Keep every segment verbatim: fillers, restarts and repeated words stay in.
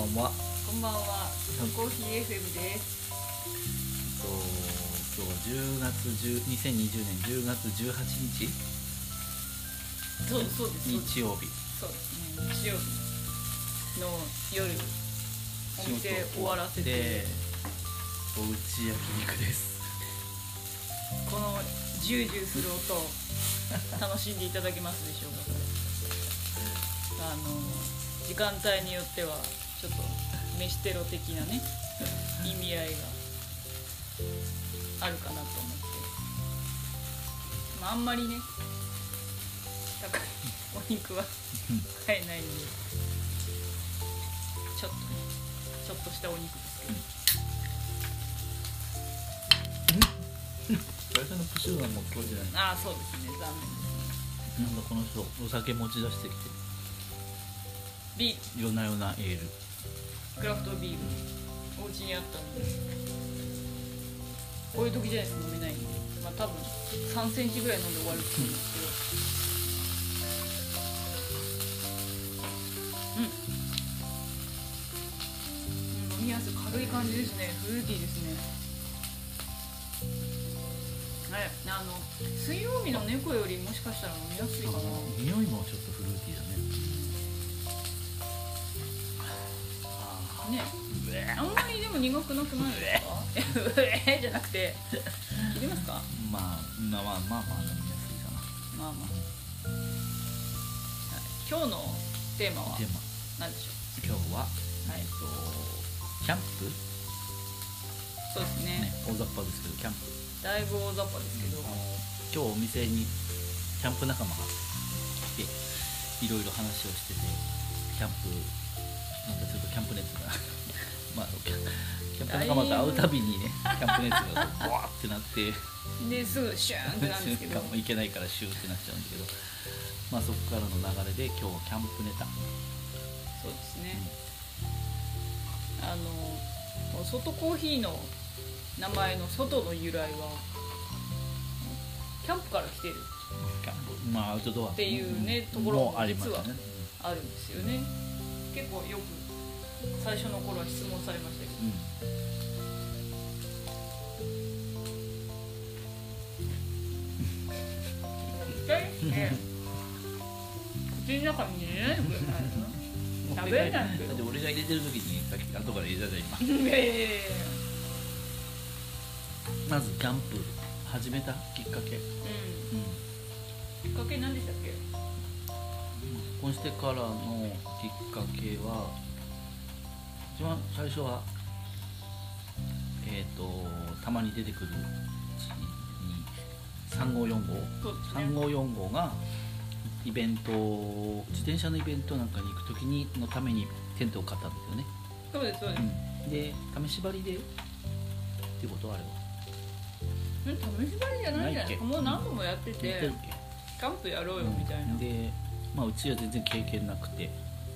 ばんは。 こんばんは。コーヒー エフエム です。 と今日はじゅうがつじゅうにせんにじゅうねんじゅうがつじゅうはちにち。 そうですそうです。 日曜日。 そうですね。日曜日の夜お店終わらせておうち焼肉です。 このジュージューする音を楽しんでいただけますでしょうか。あの時間帯によってはちょっと飯テロ的なね意味合いがあるかなと思って、まあ、あんまりね高いお肉は買えないんでちょっとねちょっとしたお肉ですけど最初のプシューがもう今日じゃない。 ああそうですね、残念ですね。 なんかこの人お酒持ち出してきてビール夜な夜なエールクラフトビールお家にあったんで、こういう時じゃないと飲めないんで、まあ多分さんセンチぐらい飲んで終わると思うんですけど、うん、うん、飲みやすい軽い感じですね。フルーティーですね。はい、あの水曜日の猫よりもしかしたら飲みやすいかな。 匂いもちょっとフルーティーだね。 ね、あんまりでも苦くなくないですか？うえじゃなくて切りますか？ まあまあまあまあまあ飲みやすいかな。 まあまあ、はい、今日のテーマはテーマ何でしょう？ 今日は、 はい、 えっとキャンプ。 そうですね、 ね、大雑把ですけどキャンプだいぶ大雑把ですけど、 あの今日お店にキャンプ仲間が来ていろいろ話をしてて、キャンプなんかちょっとキャンプ熱がまあキャンプ仲間と会うたびにねキャンプ熱がこうボワーってなってですぐシューンってなんですけどいけないからシューってなっちゃうんだけど、まあそこからの流れで今日はキャンプネタ。 そうですね、うん、あの外コーヒーの名前の外の由来はキャンプから来てるキャンプ、まあアウトドアっていうね、 うん、 ところも実はありますね。 あるんですよね。結構よく最初の頃は質問されましたけど、絶対ね口の中に入れないでくださいよ。食べれないけど。 だって俺が入れてる時にさっき後から入れたじゃん今。いやいやいやいや。 まずキャンプ始めたきっかけ、うんうん、きっかけ何でしたっけ？ 結婚してからのきっかけは一番最初はえっ、ー、とたまに出てくるうちにさんごうよんごう、 そうですね、 さんごうよんごうがイベント自転車のイベントなんかに行く時にのためにテントを買ったんですよね。 そうですそうです、 うん、で試し張りでっていうことはあれば試し張りじゃないじゃないですか。もう何度もやってて、 うん、 キャンプやろうよみたいな、 うん、で、まあ、うちは全然経験なくて、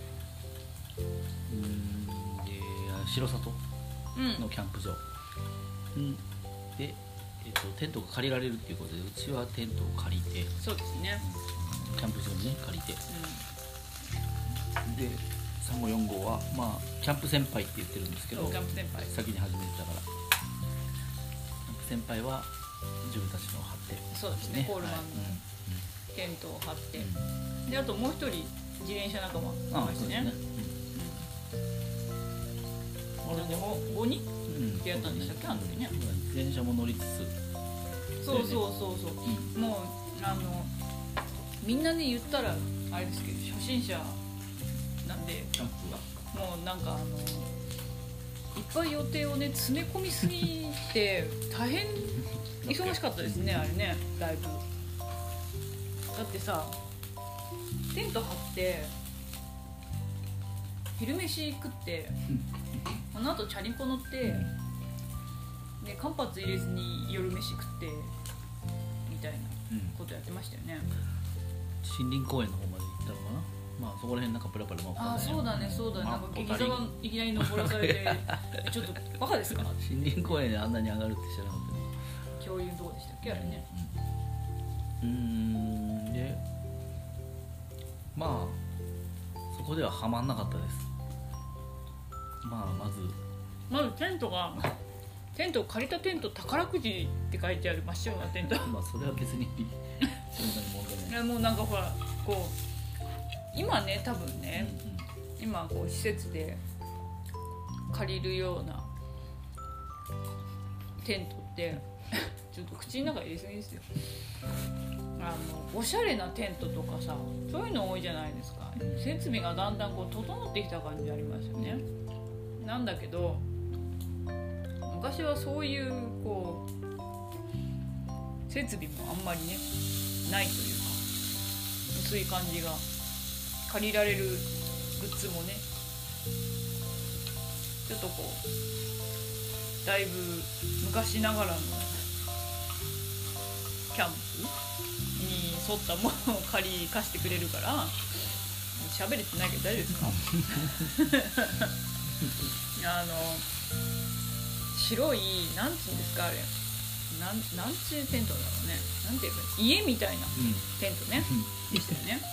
うんで城里のキャンプ場、うん、で、えっと、テントが借りられるっていうことでうちはテントを借りて、 そうですね、 うん、キャンプ場にね借りて、うん、でさんごうよんごうは、まあ、キャンプ先輩って言ってるんですけど、 キャンプ先輩先に始めてたからキャンプ先輩は自分たちのを張って、 そうですね、コールマンのテントを張って、うん、であともう一人自転車仲間いましたね。なんでごにんってやったんでしたっけ、あの時ね。 自転車も乗りつつ、 そうそうそうそう、うん、もうあのみんなね言ったらあれですけど初心者なんで、 キャンプがもうなんかあのいっぱい予定をね詰め込みすぎて大変忙しかったですねあれね、だいぶ。だってさテント張って昼飯食ってこの後チャリンコ乗って、で間髪入れずに夜飯食ってみたいなことやってましたよね、 うん、森林公園の方まで行ったのかな。まあそこら辺なんかプラプラ回ったね。 あ、そうだねそうだね、なんか激沢いきなり登らされてちょっとバカですか？ 森林公園であんなに上がるって知らなかったけど。恐竜のとこでしたっけあれね。 うん、うーんでまあそこではハマんなかったです。 まあまずまずテントがテントを借りたテント宝くじって書いてある真っ白なテントまあそれは別にそんなに問題ない。 いやもうなんかほらこう今ね多分ね、 うん今こう施設で借りるようなテントってちょっと口の中入れすぎですよ。あのおしゃれなテントとかさそういうの多いじゃないですか。設備がだんだんこう整ってきた感じありますよね。なんだけど昔はそういうこう設備もあんまりねないというか薄い感じが借りられるグッズもねちょっとこうだいぶ昔ながらのキャンプに沿ったものを借り貸してくれるから喋れてないけど大丈夫ですかあの白いなんつうんですかあれなんなんちゅうテントだろうねなんていうか家みたいなテントね、うん、でしたよね。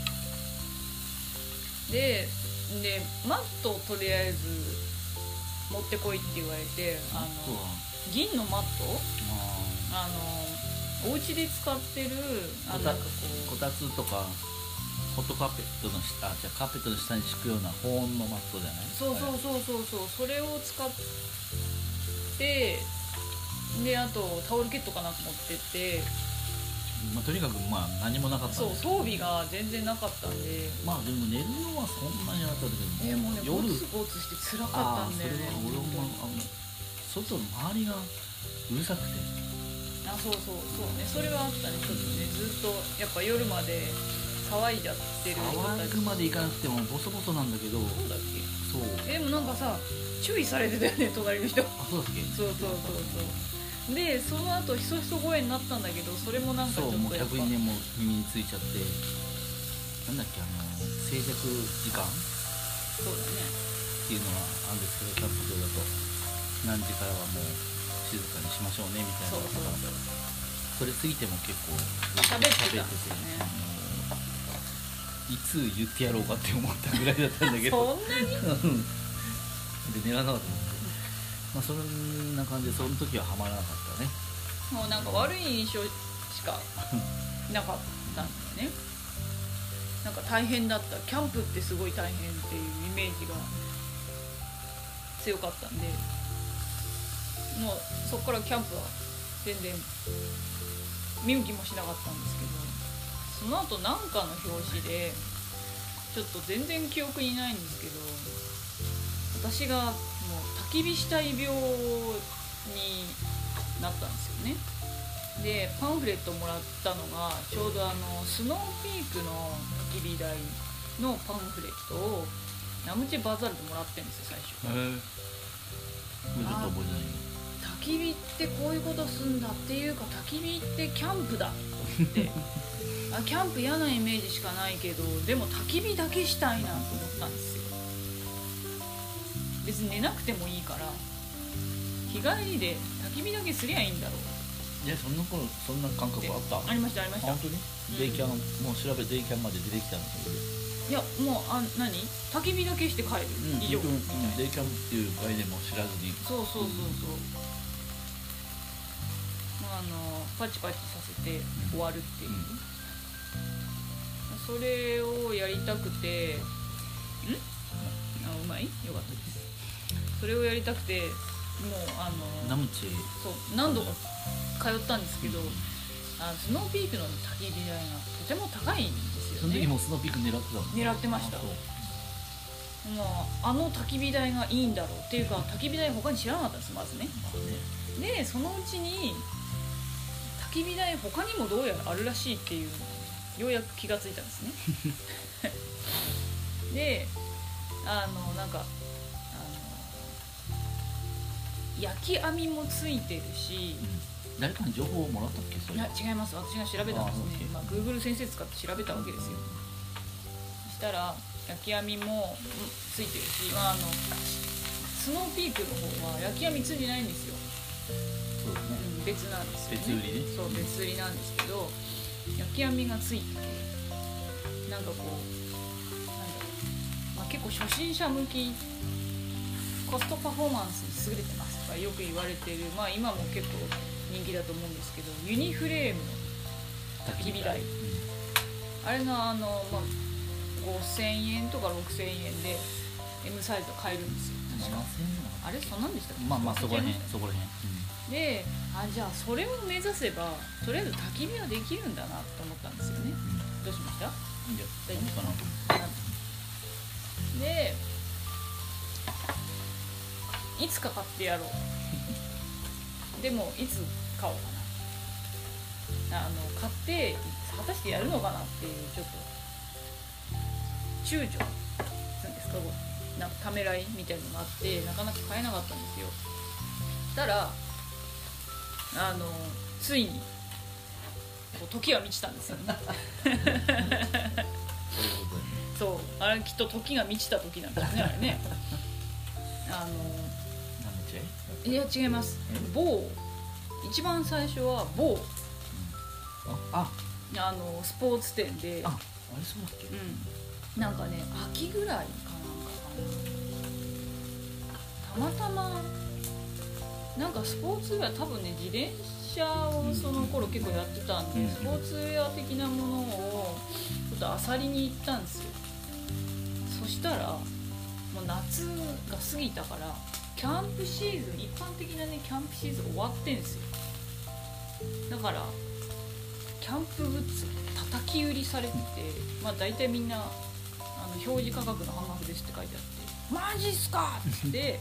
ででマットをとりあえず持ってこいって言われてあの銀のマットあのお家で使ってるあなんかこうこたつとかホットカーペットの下じゃカーペットの下に敷くような保温のマットじゃない。 そうそうそうそうそうそれを使ってであとタオルケットかなと持ってって、 まあ、とにかくまあ何もなかったんでそう装備が全然なかったんでまあでも寝るのはそんなにあったけど、 えー、もうね夜ゴツゴツして辛かったんだよね。 あそれは俺もあの外の周りがうるさくてあそうそうそうねそれはあったねちょっとねずっとやっぱ夜まで騒いじゃってる人たち騒ぐまでいかなくてもボソボソなんだけどそうだっけそうでもなんかさ注意されてたよね隣の人あそうだっけそうそうそうそうでその後ひそひそ声になったんだけどそれもなんかちょっとそうもうやっぱ客にねもう耳についちゃってなんだっけあの静寂時間そうだねっていうのはあるんですけどキャンプ場だと何時からはもう静かにしましょうねみたいなそうそうそうそれ過ぎても結構喋ってたんですよねあのいつ言ってやろうかって思ったぐらいだったんだけどそんなにで寝らなかったんですけど、まあ、そんな感じでその時はハマらなかったね。 もうなんか悪い印象しかなかったんだよね。なんか大変だったキャンプってすごい大変っていうイメージが強かったんでもうそこからキャンプは全然見向きもしなかったんですけどその後なんかの表紙でちょっと全然記憶にないんですけど私がもう焚き火したい病になったんですよね。でパンフレットもらったのがちょうどあのスノーピークの焚き火台のパンフレットをナムチェバザールでもらってるんですよ最初。 へえちょっと覚えてないよ。 焚き火ってこういうことすんだっていうか焚き火ってキャンプだと思ってあキャンプ嫌なイメージしかないけどでも焚き火だけしたいなと思ったんですよ。別に寝なくてもいいから日帰りで焚き火だけすりゃいいんだろう。 いやそんな頃そんな感覚あった？ ありましたありました。 本当に、うん、デイキャンもう調べデイキャンまで出てきたのそれでいやもうあ何焚き火だけして帰る、うん、以上みたいな、 うん、デイキャンっていう概念も知らずにそうそうそうそう、うんあのパチパチさせて終わるっていう、うん、それをやりたくてんあうまいよかったです。それをやりたくてもうあのナムチそう何度か通ったんですけど、うん、あのスノーピークの焚き火台がとても高いんですよね。 その時もスノーピーク狙ってたの？狙ってました。もうあの焚き火台がいいんだろうっていうか焚き火台他に知らなかったんですまずね。まあねでそのうちに焚き火台他にもどうやらあるらしいっていうようやく気がついたんですねであのなんかあの焼き網もついてるし、 うん、誰かに情報をもらったっけ？それいや違います私が調べたんですね。まあ、Google 先生使って調べたわけですよ。そしたら焼き網もついてるし、まあ、あのスノーピークの方は焼き網ついてないんですよ。 そうですね、 うん、別なんですよね。 別売りね。 そう別売りなんですけど焼き網がついててなんかこうなんだろう、まあ、結構初心者向きコストパフォーマンスに優れてますとかよく言われてる、まあ今も結構人気だと思うんですけど、ユニフレームの焚き火台、うん、あれのあの、まあ、ごせんえんとかろくせんえんで M サイズが買えるんですよ。確かあれそんなんでしたっけ。 まあまあそこら辺そこら辺、 うん、で、あじゃあそれを目指せばとりあえず焚き火はできるんだなと思ったんですよね、うん、どうしました。いや大丈夫かなと思って。 でいつか買ってやろうでもいつ買おうかな、あの買って果たしてやるのかなっていうちょっと躊躇するんですか、なんかためらいみたいなのがあってなかなか買えなかったんですよ。したらあのついにこう時は満ちたんですよねそうあれきっと時が満ちた時なんですねあれねあのいや違います。某一番最初は某、うん、ああのスポーツ店で、 ああれそうだっけ、 うん、なんかね秋ぐらいかなんかかな、たまたまなんかスポーツウェア多分ね自転車をその頃結構やってたんで、うん、スポーツウェア的なものをちょっと漁りに行ったんですよ。そしたらもう夏が過ぎたからキャンプシーズン、一般的なねキャンプシーズン終わってんすよ。だからキャンプグッズ叩き売りされてて、まあ大体みんなあの表示価格の半額ですって書いてあってマジっすかってで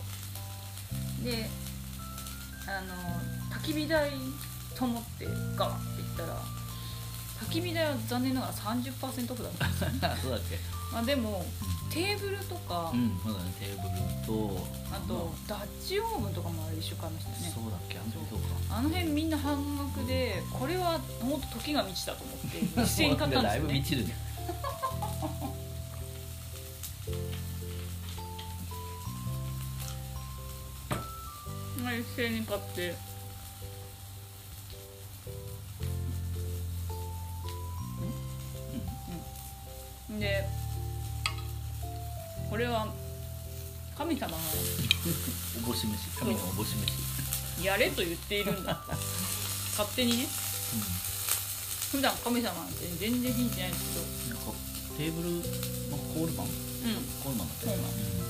あの焚き火台と思ってガワって言ったら焚き火台は残念ながら さんじゅっパーセント オフだったんですよねそうだっけ。 まあでもテーブルとか、 うん、そうだね、テーブルとあとダッチオーブンとかもあれ一緒買いましたよね。 そうだっけ、あの時そうか。 あの辺みんな半額で、これはもっと時が満ちたと思って一斉に買ったんですよね。だいぶ満ちるね一斉に買ってうん、うん、でこれは神様がおぼし飯、神のおぼし飯やれと言っているんだ勝手にね、うん、普段神様なんて全然信じないんですけど、 なんかテーブルのコールマン、うん、コールマンのテーブル、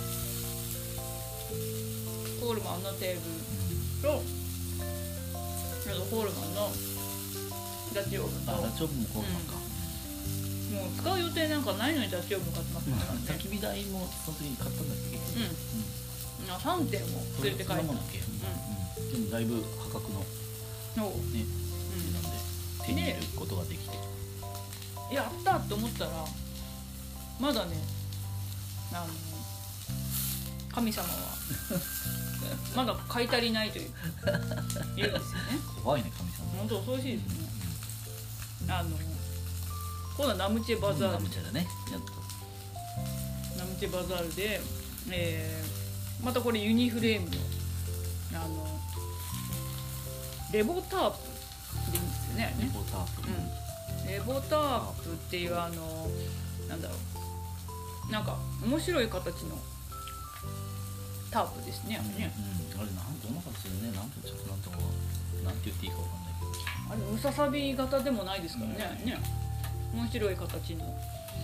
うん、コールマンのテーブルと、うん、あとコールマンのダッチオーブンと、 あ、ダッチオーブンもコールマンか、 うん、もう使う予定なんかないのにダッチオーブン買ってますからね。 焚き火台もその時に買ったんだっけ。 うん、うん、さんてんも連れて帰った。 そんなもんだっけ、うんうん、でもだいぶ破格のね、うん、なんで手に入れることができて、 やったって思ったらまだね、あの神様はまだ買い足りないという言うんですよね。 怖いね神様。 本当恐ろしいですね。あの今度はナムチェバザール、 ナムチェだね。 ナムチェバザールで、えー、またこれユニフレームのあのレボタープでいいんですよね。 レボタープ、 うん、レボタープっていうあのなんだろう、なんか面白い形のタープですね。あれね、 うんうん、あれなんどんな形でね、なんてちょっとなんとかなんて言っていいかわかんないけど、 あれムササビ型でもないですからね。うん、ね、面白い形の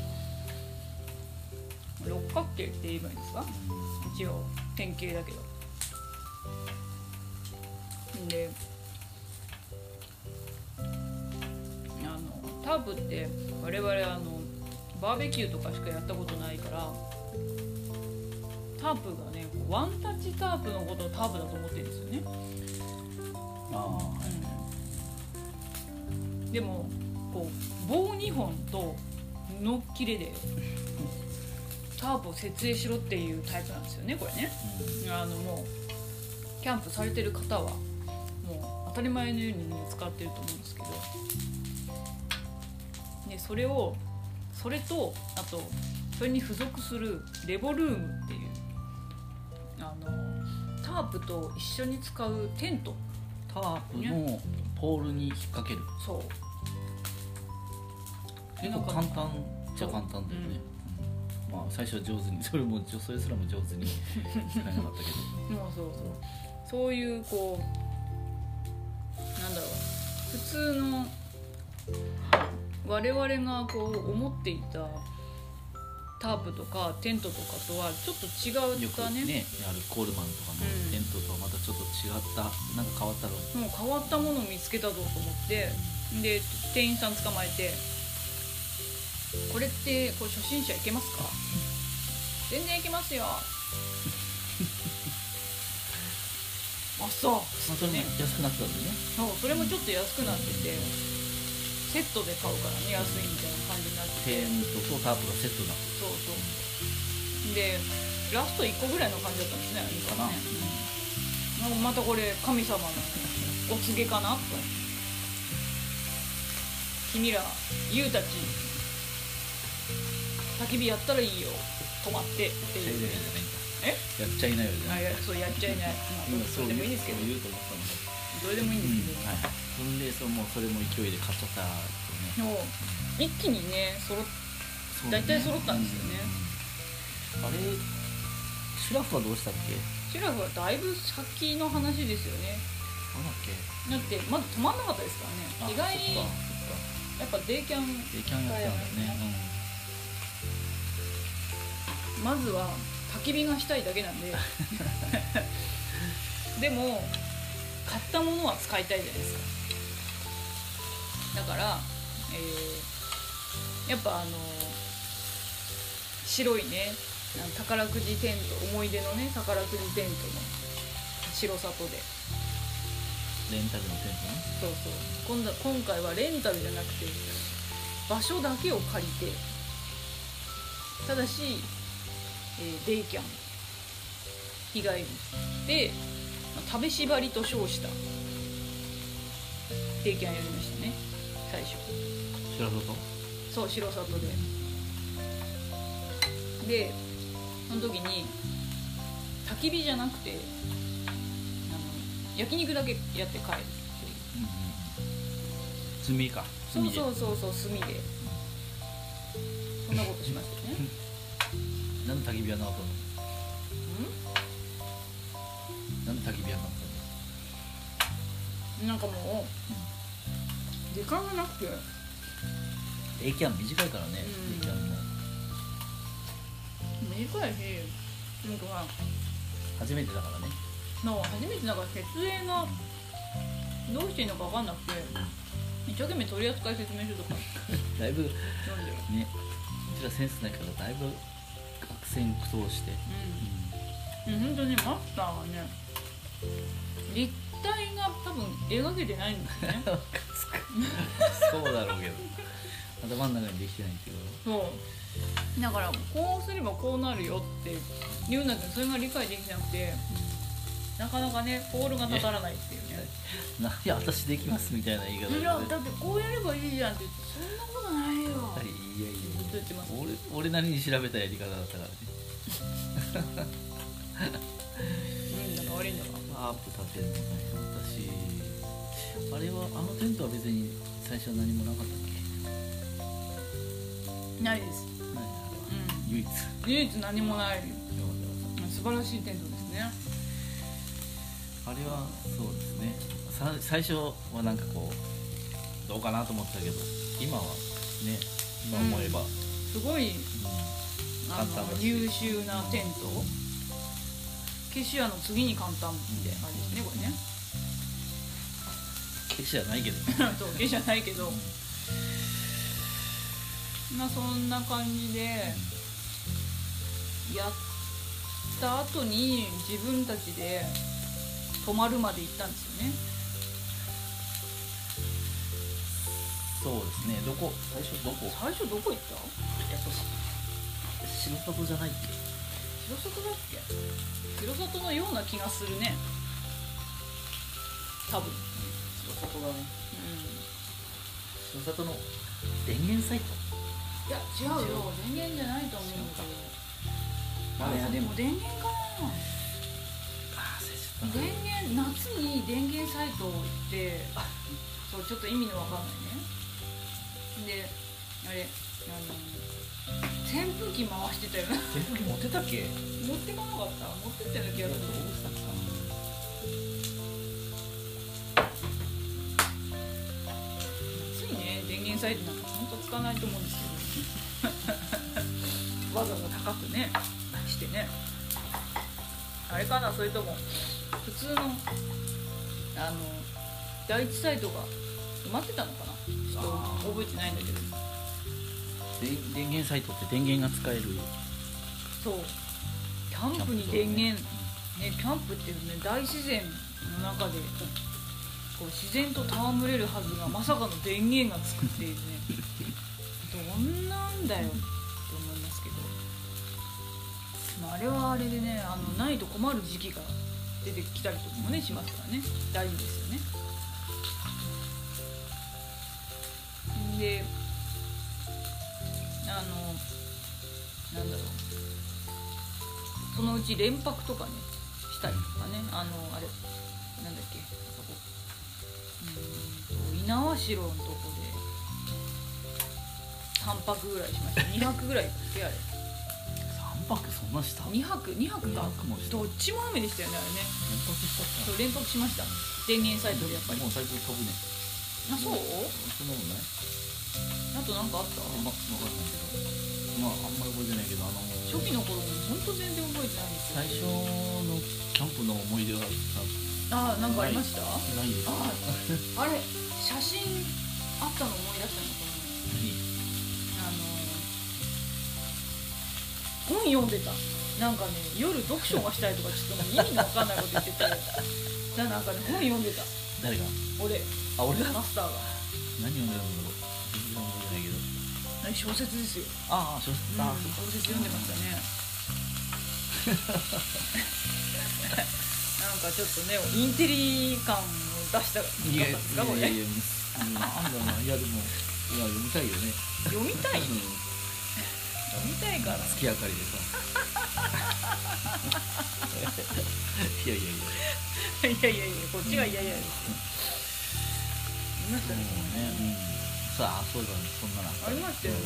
六角形って言えばいいんですか、うん、一応典型だけど。であのタープって我々あのバーベキューとかしかやったことないから、タープがねワンタッチタープのことをタープだと思ってるんですよね。 あ、はい、 うん、でもこう棒にほんと布っきれでタープを設営しろっていうタイプなんですよねこれね、うん、あのもうキャンプされてる方はもう当たり前のように使ってると思うんですけど、でそれをそれとあとそれに付属するレボルームっていうあのタープと一緒に使うテント、 タープのポールに引っ掛ける、 そう結構簡単じゃ簡単だよね、 まあ最初は上手にそれもそれすらも上手に使えなかったけどもうそうそうそういうこうなんだろう普通の我々がこう思っていたタープとかテントとかとはちょっと違うよくかねねあるコールマンとかのうんテントとはまたちょっと違ったなんか変わったのもう変わったものを見つけたぞと思ってで店員さん捕まえてこれってこれ初心者いけますか全然いけますよあそうまあそれも安くなったんでねそうそれもちょっと安くなっててセットで買うからね安いみたいな感じになっててテントとタープがセットになってそうそうでラストいっこぐらいの感じだったんですねるかな、 ねもうまたこれ神様のお告げかなと君らユウたち焚き火やったらいいよ止まってっていうえやっちゃいなよじゃあないやそうやっちゃいない、まあ、それでもいいんですけど言うと思ったのでどれでもいいんですけど、 はい、そんでそのもうそれも勢いで買っちゃったとねもう一気にね揃っそうね大体揃ったんですよね、 うん、あれシュラフはどうしたっけシュラフはだいぶ先の話ですよねなんだっけだってまだ止まんなかったですからね意外にそっやっぱデイキャンかデイキャンやったんだね、 まずは焚き火がしたいだけなんででも買ったものは使いたいじゃないですかだから、えー、やっぱあの白いね宝くじテント思い出のね宝くじテントの白里でレンタルのテントねそうそう今度今回はレンタルじゃなくて場所だけを借りてただし、えー、デイキャン日帰りで、まあ、食べ縛りと称したデイキャンやりましたね最初白里そう白里ででその時に焚き火じゃなくてあの焼肉だけやって帰るっていう、 うんうん、炭か炭でそうそうそうそう炭でそんなことしましたよねなんで焚き火やなかったのなんで焚き火やなかったんなんかもう時間がなくてのデイキャン短いからね、 うんデイキャンも短いしなんかまあ初めてだからねの初めてだから設営がどうしていいのか分かんなくて一生懸命取扱説明書とかだいぶ読んでるねうちらセンスないからだいぶ悪戦苦闘して、 うん、うん、本当にマスターはね立体が多分描けてないんですねそうだろうけど頭の中にできてないけどそうだからこうすればこうなるよって言うんだけどそれが理解できなくてなかなかねポールがたたらないっていうね何や私できますみたいな言い方でいやだってこうやればいいじゃんって言ってそんなことないよいやいやいずっと言ってますや俺俺なりに調べたやり方だったからねいいんだか悪いんだかアープ立てるのね私あれはあのテントは別に最初は何もなかったっけないですないあれは、 うん唯一唯一何もない素晴らしいテントですねあれはそうですねさ最初はなんかこうどうかなと思ってたけど今はね今思えば、うんすごいあ簡単だしの優秀なテントケシアの次に簡単みたいな感じですねこれねケシじゃないけどそうケシアないけどまあそんな感じでやった後に自分たちで泊まるまで行ったんですよねそうですねどこ最初どこ最初どこ行ったやっぱ白里じゃないっけ白里だっけ白里のような気がするね多分白里だねう白里の電源サイトんいや違うよ電源じゃないと思うんだけどまだやでも電源かなああ忘れちゃった電源夏に電源サイトってそうちょっと意味のわかんないねであれあの扇風機回してたよな。 扇風機持ってたっけ？ 持ってかなかった？持ってったような気がする。 どうしたっけかな。 ついね、電源サイズなんか本当使わないと思うんですけどわざわざ高くねしてね、あれかな、それとも普通のあの第一サイトが埋まってたのかな、ちょっと覚えてないんだけど。 で電源サイトって電源が使える。 そう、キャンプに電源ね、キャンプっていうね、大自然の中でこう自然と戯れるはずがまさかの電源がつくっていうねどんなんだよって思いますけど、まあ、あれはあれでね、あのないと困る時期が出てきたりとかもねしますからね、大事ですよね。で、あのなんだろう、そのうち連泊とかねしたりとかね、あのあれなんだっけ、あそこうーんと猪苗代のとこでさんぱくぐらいしました。にはくぐらいだっけあれ。 さんぱくそんなした？ にはくにはくか、どっちも雨でしたよねあれね。 連泊したっそう、連泊しました。電源サイトでやっぱり。 もう最近飛ぶね。 あ、そう？ そんなもんない。 あとなんかあった？ ま、分かんないけど、まああんまり覚えてないけど、あのー、 初期の頃も本当全然覚えてないんですよ。 最初のキャンプの思い出はああ、なんかありました？ ないです。 ああれ、写真あったの思い出したのかな。あの本読んでた。なんかね、夜読書がしたいとかちょっともう意味のわかんないこと言っててだなんかね、本読んでた。 誰が？ 俺。 あ、俺が？ マスターが。 何読んでたんだろう。全然覚えてないけど。 あれ小説ですよ。 ああ、小説だ、うん、 小説読んでましたねなんかちょっとね、インテリ感を出したかったんですか、これ。 いやいやいや、なんだろうな、いやでも、いや読みたいよね。 読みたい？うん、読みたいから。 月明かりでさ。いやいやいや。 いやいやいや、こっちが嫌々です。見ましたね。 もうね、うん。さあ、そうだね、そんなのありましたよね。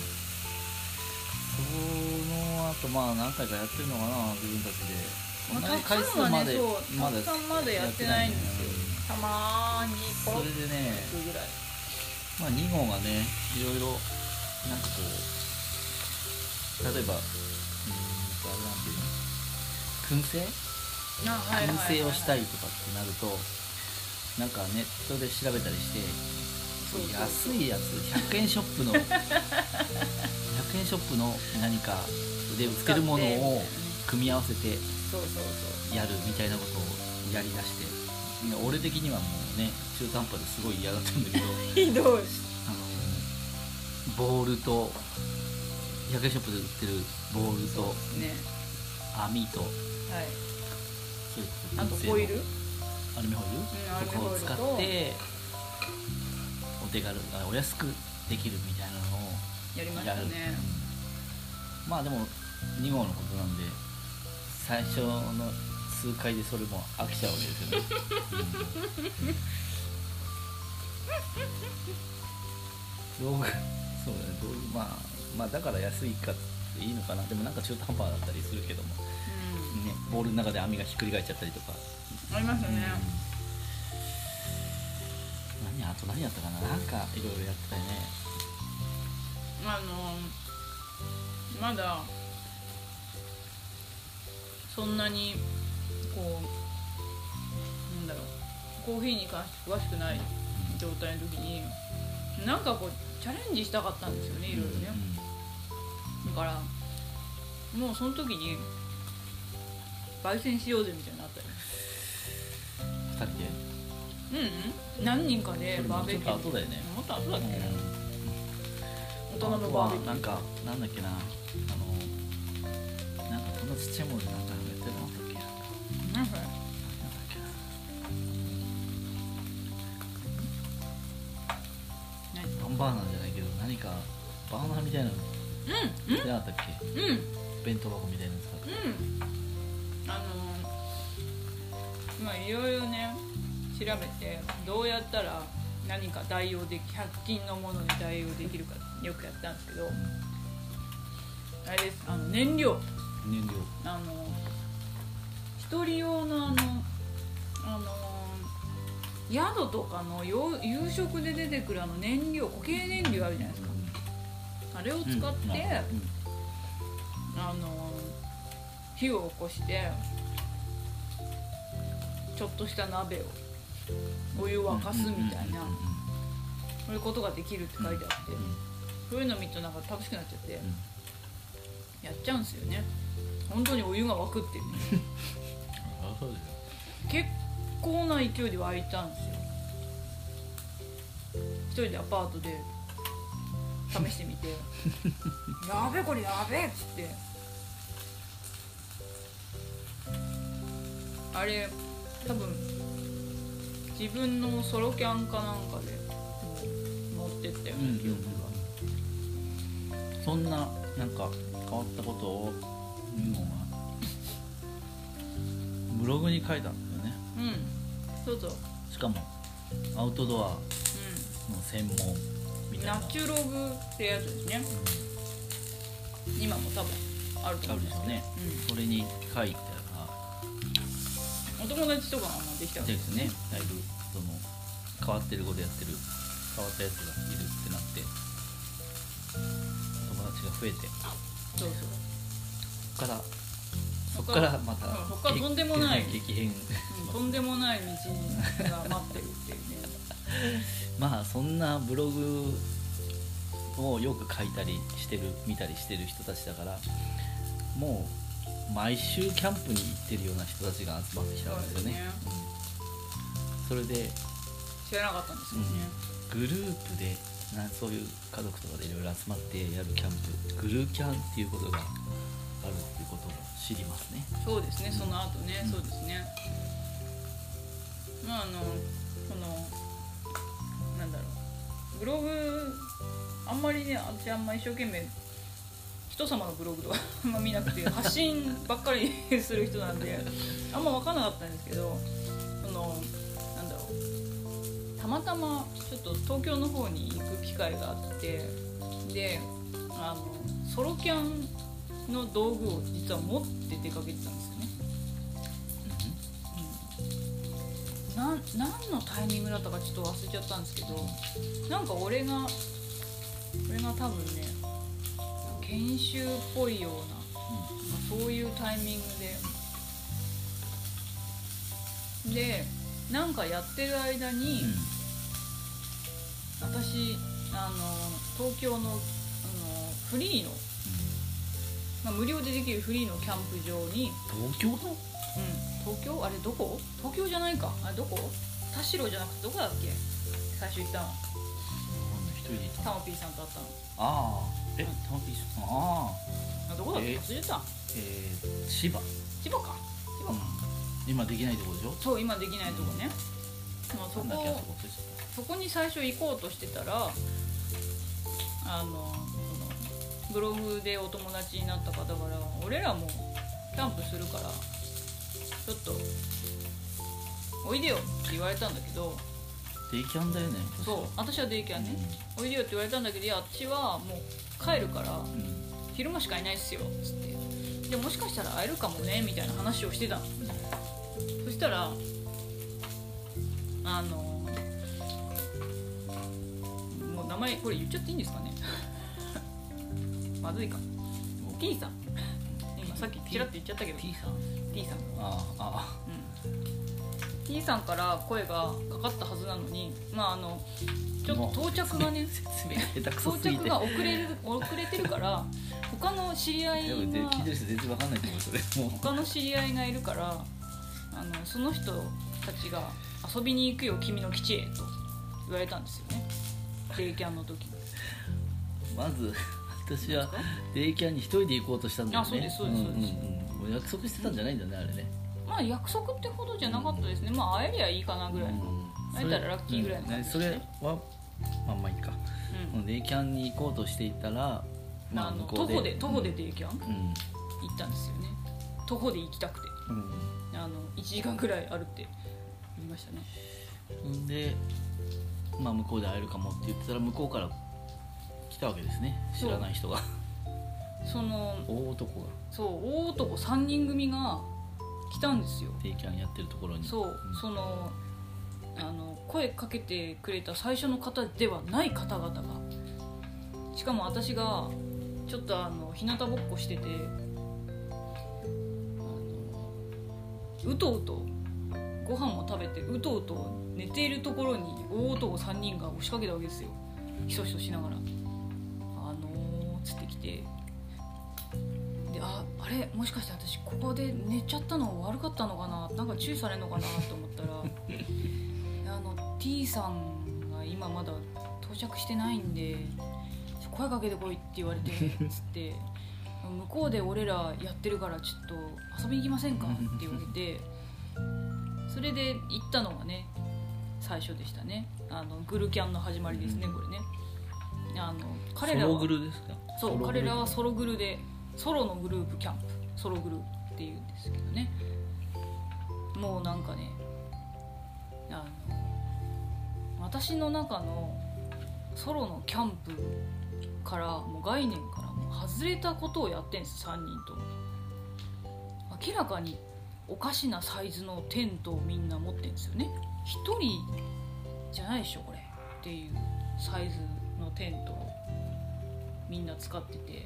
その後、まあ何回かやってるのかな、自分たちで。 まあ、たくさんはね、そう、たくさんまだやってないんですよ。たまーにポロッとそれでね、 ぐらい。 まあに号がね、いろいろなんかこう、例えば、うーんとあれなんていうの、燻製？ あ、はいはいはいはい、 燻製をしたいとかってなると、なんかネットで調べたりして。そうそうそう、安いやつ、ひゃくえんショップのひゃくえんショップの何かで売ってるものを組み合わせてやるみたいなことをやりだして、俺的にはもうね、中途半端ですごい嫌だったんだけどひどい。 あのボールとひゃくえんショップで売ってるボールと、ね、網と、はい、 それあとホイール、 アルミホイールとかを使ってお手軽、お安くできるみたいなのをやりましたね。 まあでもに号のことなんで、最初の数回でそれも飽きちゃうわけですよね。うん、道具、そうだね、道具、まあまあだから安いかっていいのかな。でもなんか中途半端だったりするけども、うんね、ボールの中で網がひっくり返っちゃったりとかありましたね。 うん、何あと何やったかな、なんかいろいろやってたよね。 あのまだそんなにこうなんだろう、コーヒーに関して詳しくない状態の時になんかこうチャレンジしたかったんですよね、いろいろね、うん、だからもうその時に焙煎しようぜみたいなのあったよね。 ふたりで？ うんうん、何人かでバーベキュー。 ちょっと後だよね。 もっと後だっけ、うん、大人のバーベキュー。 なんかなんだっけな、あのなんかこんなちっちゃいものでなんかやってなかったっけ。 なんかなんだっけな。バンバーナーじゃないけど何かバーナーみたいなのうんやってなかったっけ。うん。弁当箱みたいなやつが。 うん。あのー、まあいろいろね調べてどうやったら何か代用できひゃく均のものに代用できるかよくやったんですけど、 あれです、あの燃料燃料あの一人用のあのあの宿とかの夕食で出てくるあの燃料、固形燃料あるじゃないですか、うん、あれを使って、うんうん、あの火を起こしてちょっとした鍋をお湯沸かすみたいな、そういうことができるって書いてあって、そういうの見るとなんか楽しくなっちゃって、やっちゃうんですよね。本当にお湯が沸くっていうねあ、そうですよ。 結構な勢いで沸いたんですよ。一人でアパートで試してみてやべこれやべえっつって、あれ多分自分のソロキャンかなんかで持ってったような記憶が、 うんうん、そんななんか変わったことをユーモがブログに書いたんだよね。 うん、そうそう。 しかもアウトドアの専門みたいな、 ナチュログってやつですね、うん、今も多分あると思うんですよね、 うん、それに書いてお友達とかができたわけですね。 だいぶその変わってることやってる変わったやつがいるってなって友達が増えて、 そうそう、 そっからそっからまた、 うん、そっからとんでもない激変、 うん、とんでもない道が待ってるっていうねまあそんなブログをよく書いたりしてる見たりしてる人たちだから、もう毎週キャンプに行ってるような人たちが集まってきたんですよね。それで知らなかったんですよね、 うん、グループでなそういう家族とかでいろいろ集まってやるキャンプ、グルキャンっていうことがあるっていうことを知りますね。 そうですね、その後ね、うん、そうですね。まああのこのなんだろう、ブログあんまりね、私あんま一生懸命人様のブログとかあんま見なくて発信ばっかりする人なんであんま分からなかったんですけど、そのなんだろう、たまたまちょっと東京の方に行く機会があって、であのソロキャンの道具を実は持って出かけてたんですよね、うんうん、な何のタイミングだったかちょっと忘れちゃったんですけど、なんか俺が俺が多分ね研修っぽいような、うん、まあ、そういうタイミングででなんかやってる間に、うん、私あの東京の、あのフリーの、まあ、無料でできるフリーのキャンプ場に、 東京の、うん、 東京あれどこ？東京じゃないか、あれどこ？田代じゃなくてどこだっけ？最初行ったの。 一人で行ったの。 タモピーさんと会ったの。 ああ。え、タモピーさん、ああ。どこだっけ？忘れてた。 えー、千葉。 千葉か。千葉か、 うん。今できないとこでしょ？ そう、今できないとこね。うん、まあ、そこそこに最初行こうとしてたら、あのそのブログでお友達になった方から、俺らもキャンプするからちょっとおいでよって言われたんだけど、 デイキャンだよね。 そう、私はデイキャンね、うん、おいでよって言われたんだけど、いや私はもう帰るから、うん、昼間しかいないっすよっつって、でもしかしたら会えるかもねみたいな話をしてたの、うん、そしたらあのもう名前これ言っちゃっていいんですかねまずいか。 T さん、今さっきちらっと言っちゃったけど T さん T さん、 ああ、 うん、T さんから声がかかったはずなのに、まああのちょっと到着がね到着が遅れる遅れてるから他の知り合いが聞いてる人全然分かんないと思う。それもう他の知り合いがいるから、あのその人たちが遊びに行くよ君の基地へと言われたんですよね、デイキャンの時に。 まず私はデイキャンに一人で行こうとしたんだよね。 あ、そうですそうですそうです、 うんうん、約束してたんじゃないんだね、あれね。 まあ約束ってほどじゃなかったですね、うん、まあ会えりゃいいかなぐらいの、うん、会えたらラッキーぐらいの感じですね、 うん、それはまあまあいいか、うん、デイキャンに行こうとしていたら、 まあ、あの徒歩で徒歩でデイキャン、うん、行ったんですよね。徒歩で行きたくて、うん、あのいちじかんぐらいあるって言いましたね。 で、まあ、向こうで会えるかもって言ってたら向こうから来たわけですね、知らない人が。 その大男がそう大男さんにん組が来たんですよ。 定キャンやってるところに。 そう、 ん、 そのあの声かけてくれた最初の方ではない方々が、しかも私がちょっとあの日向ぼっこしてて、あのうとうとご飯も食べてうとうと寝ているところに大男さんにんが押しかけたわけですよ。ひそひそしながら、あのー、つってきて、で、あ、あれもしかして私ここで寝ちゃったの悪かったのかな、なんか注意されるのかなと思ったらあの T さんが今まだ到着してないんで声かけてこいって言われてつって向こうで俺らやってるからちょっと遊びに行きませんかって言われて、それで行ったのがね最初でしたね。あのグルキャンの始まりですね、これね。あの彼らはソログルですか。 そう彼らはソログルでソロのグループキャンプソログルっていうんですけどね、もうなんかね、あの私の中のソロのキャンプからもう概念からもう外れたことをやってんですさんにんとも。明らかにおかしなサイズのテントをみんな持ってるんですよね。ひとりじゃないでしょこれっていうサイズのテントをみんな使ってて、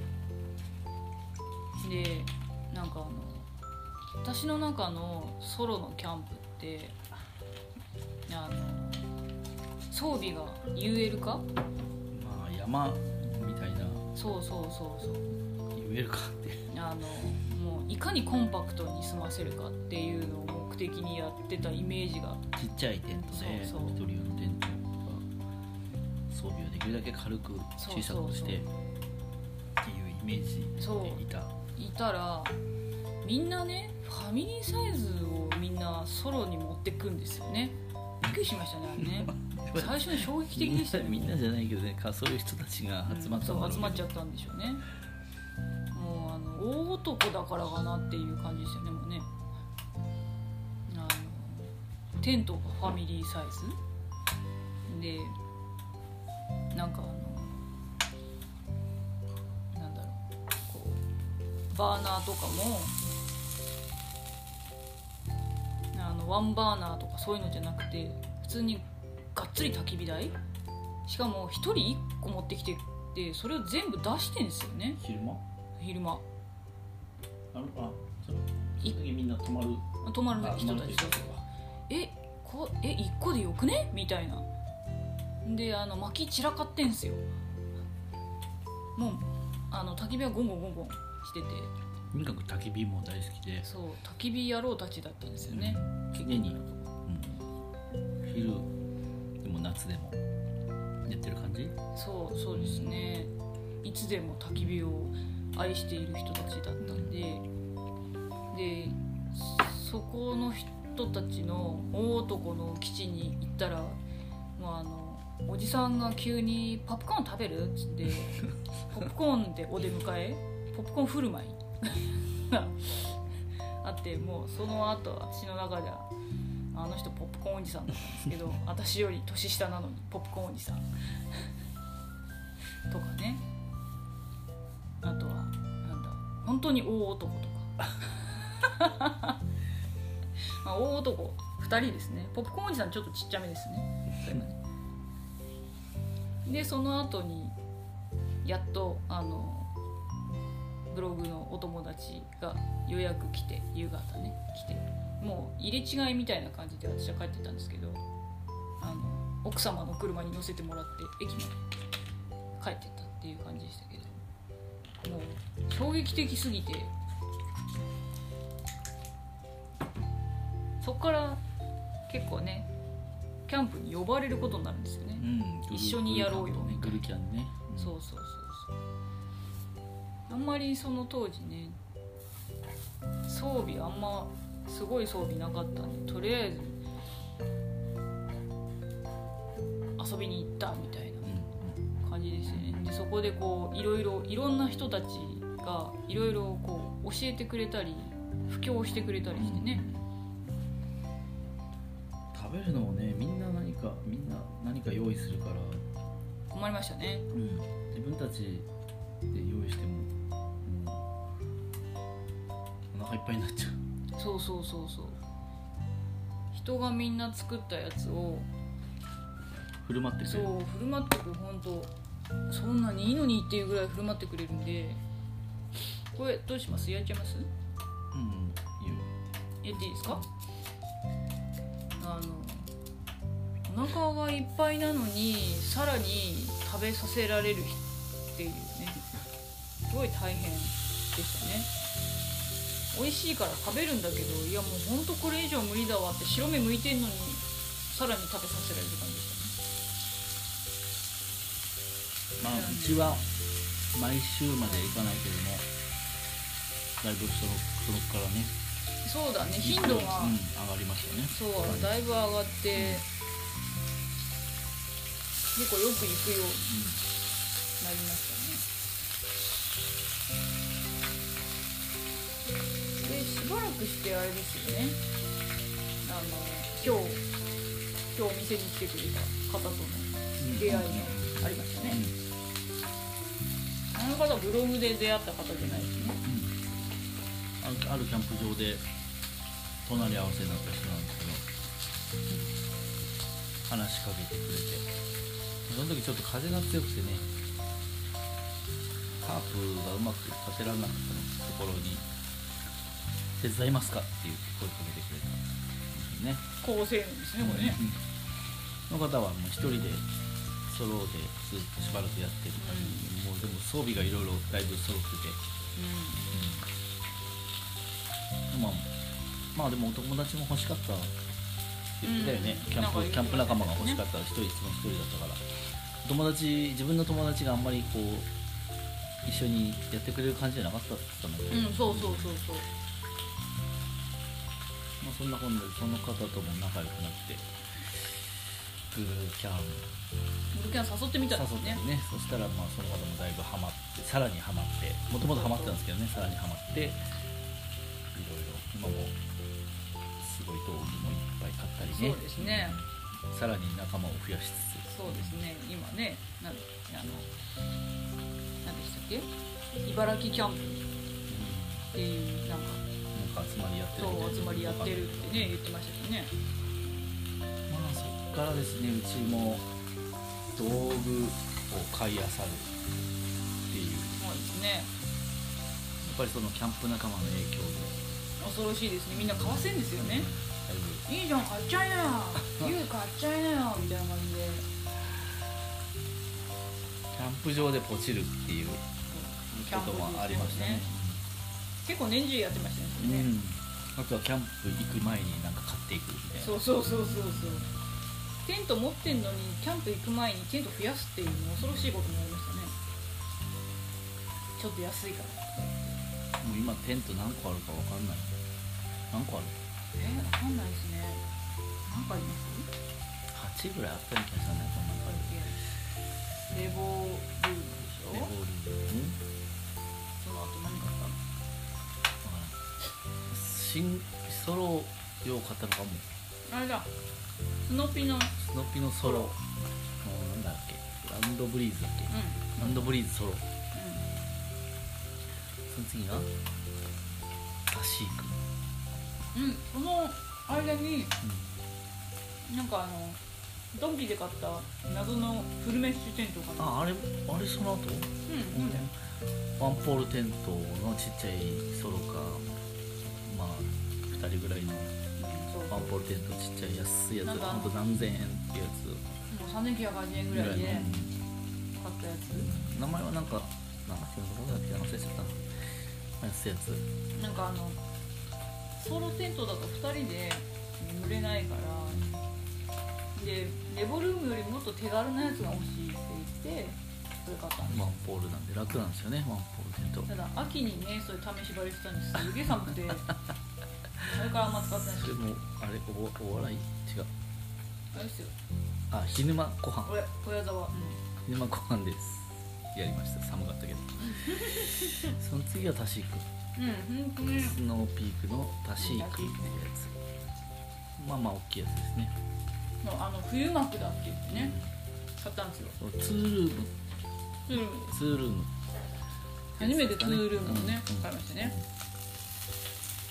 でなんかあの私の中のソロのキャンプってあの装備が ユーエル 化、 まあ山みたいな。 そうそうそうそうユーエル かってあのもういかにコンパクトに済ませるかっていうのを目的にやってたイメージが、 ちっちゃいテントでそうそう一人用のテントとか装備をできるだけ軽く小さくしてっていうイメージでいた。 いたらみんなねファミリーサイズをみんなソロに持ってくんですよね。びっくりしましたねあれね最初に衝撃的でしたよね。 みんなじゃないけどね、そういう人たちが集まった、 うん、そう集まっちゃったんでしょうね。もうあの大男だからかなっていう感じですよね。もうねあのテントがファミリーサイズで、なんかあのなんだろうこうバーナーとかもあのワンバーナーとかそういうのじゃなくて普通にがっつり焚き火台、しかもひとりいっこ持ってきてってそれを全部出してんですよね。 昼間昼間あのあその時みんな泊まる泊まる人たちとえこえいっこでよくねみたいなであの薪散らかってんすよ。もうあの焚き火はゴンゴンゴンゴンしてて、 とにかく焚き火も大好きで、 そう焚き火野郎たちだったんですよね。 常に、うん、昼でも夏でもやってる感じ。 そうそうですね。いつでも焚き火を愛している人たちだったんで、でそこの人たちの大男の基地に行ったら、もうあのおじさんが急にポップコーン食べるっつってポップコーンでお出迎えポップコーン振る舞いがあって、もうその後私の中ではあの人ポップコーンおじさんだったんですけど私より年下なのにポップコーンおじさんとかね、あとはなんだ本当に大男とかまあ大男ふたりですね。ポップコーンおじさんちょっとちっちゃめですね、それまででその後にやっとあのブログのお友達が予約来て夕方ね来て、もう入れ違いみたいな感じで私は帰ってたんですけど、あの奥様の車に乗せてもらって駅まで帰ってったっていう感じでしたけど、もう衝撃的すぎてそこから結構ねキャンプに呼ばれることになるんですよね、うん、一緒にやろうよみたいな。 グルキャンね、 うん、そうそうそうそう。あんまりその当時ね装備あんますごい装備なかったんで、とりあえず遊びに行ったみたいな感じですよね。でそこでこういろいろいろんな人たちがいろいろこう教えてくれたり布教してくれたりしてね、 食べるのもねみんな何かみんな何か用意するから困りましたね、 うん、自分たちで用意しても腹いっぱいになっちゃう。 そうそうそうそう、人がみんな作ったやつを振る舞ってくれる。 そう振る舞ってくる、ほんとそんなにいいのにっていうぐらい振る舞ってくれるんで、これどうします？焼いちゃいます？ うんいいよ。 やっていいですか？あのお腹がいっぱいなのにさらに食べさせられるっていうね、すごい大変でしたね。美味しいから食べるんだけど、いやもうほんとこれ以上無理だわって白目向いてんのにさらに食べさせられる感じでしたね。 まあうちは毎週まで行かないけども、だいぶそのそのからね、 そうだね、頻度が、 うん、上がりましたね。 そうだいぶ上がって、結構よく行くようになりましたね。でしばらくしてあれですよね、あの今日今日お店に来てくれた方との出会いがありましたね。あの方ブログで出会った方じゃないですね。 ある、あるキャンプ場で隣り合わせになった人なんですけど、話しかけてくれて、その時ちょっと風が強くてね、タープがうまく立てられなかったところに手伝いますかっていう声かけてくれたんですよね。 高青年ですねこれね。 うん、その方はもう一人でソロでずっとしばらくやってる感じ、うん、もうでも装備がいろいろだいぶ揃ってて、うんうん、まあまあでもお友達も欲しかったって言ってたよね、うん、キャンプ、キャンプ仲間が欲しかったら一人いつも一人だったから、友達自分の友達があんまりこう一緒にやってくれる感じじゃなかったって言ってたんだけど、 うん、そうそうそうそう、 まあ、そんな本でその方とも仲良くなってグルキャングルキャン誘ってみたんですね。 誘ってね、そしたらまあその方もだいぶハマって、さらにハマって、もともとハマってたんですけどね、さらにハマっていろいろ今もすごい道具もいっぱい買ったりね。 そうですね、 さらに仲間を増やしつつ、 そうですね、今ね、なあの何でしたっけ、茨城キャンプっていうなんかなんか集まりやってる、 そう集まりやってるってね言ってましたけどね。 まあそっからですね、うちも道具を買い漁るっていう、 そうですね、 やっぱりそのキャンプ仲間の影響で恐ろしいですね、みんな買わせんですよね。 だいぶいいじゃん買っちゃいなよユウ買っちゃいなよみたいな感じで、 キャンプ場でポチるっていうこともありましたね。 結構年中やってましたね、 うん、あとはキャンプ行く前になんか買っていくみたいな。 そうそうそうそうそう、テント持ってんのにキャンプ行く前にテント増やすっていうの恐ろしいことになりましたね。ちょっと安いから。 もう今テント何個あるか分かんない。何個ある？ えー、分かんないですね。何個あります？ はちぐらいあったような気がしたね、この中で。 レボルームでしょ。 レボルーム、 その後何買ったの？ 新ソロ用買ったのかも。 あれだ、スノピのスノピのソロのなんだっけ、ランドブリーズだっけ、 うん、 ランドブリーズソロ、うん、 うん、 その次がタシーク、 うん、その間に、うん、なんかあのドンキで買った謎のフルメッシュテントがあ、あれあれその後、うん、うん、ワンポールテントのちっちゃいソロか、まあふたりぐらいのワンポールテント、ちっちゃい安いやつ、ほんと何千円っていうやつ、 もうさんぜんきゅうひゃくはちじゅうえんぐらいで買ったやつ、 名前はなんかなんだっけ、どこだっけ、忘れちゃったな、安いやつ。なんかあのソロテントだとふたりで眠れないから、でレボルームよりもっと手軽なやつが欲しいって言ってそれ買ったんです。 ワンポールなんで楽なんですよね、ワンポールテント。 ただ秋にね、それ試し張りしてたんですすげえ寒くてそれからあんま使ってないし。 でもあれ お, お笑い違う、 あれですよ、 あ、ひぬま湖畔、 親沢、うん、 ひぬま湖畔です。やりました、寒かったけどその次はタシーク、 うん、本当にスノーピークのタシークっていうやつ、まあまあ大きいやつですね。 あの冬幕だって言ってね、買ったんですよ。 ツールーム、 ツールーム、 ツールーム初めてツールームをね、買いましたね。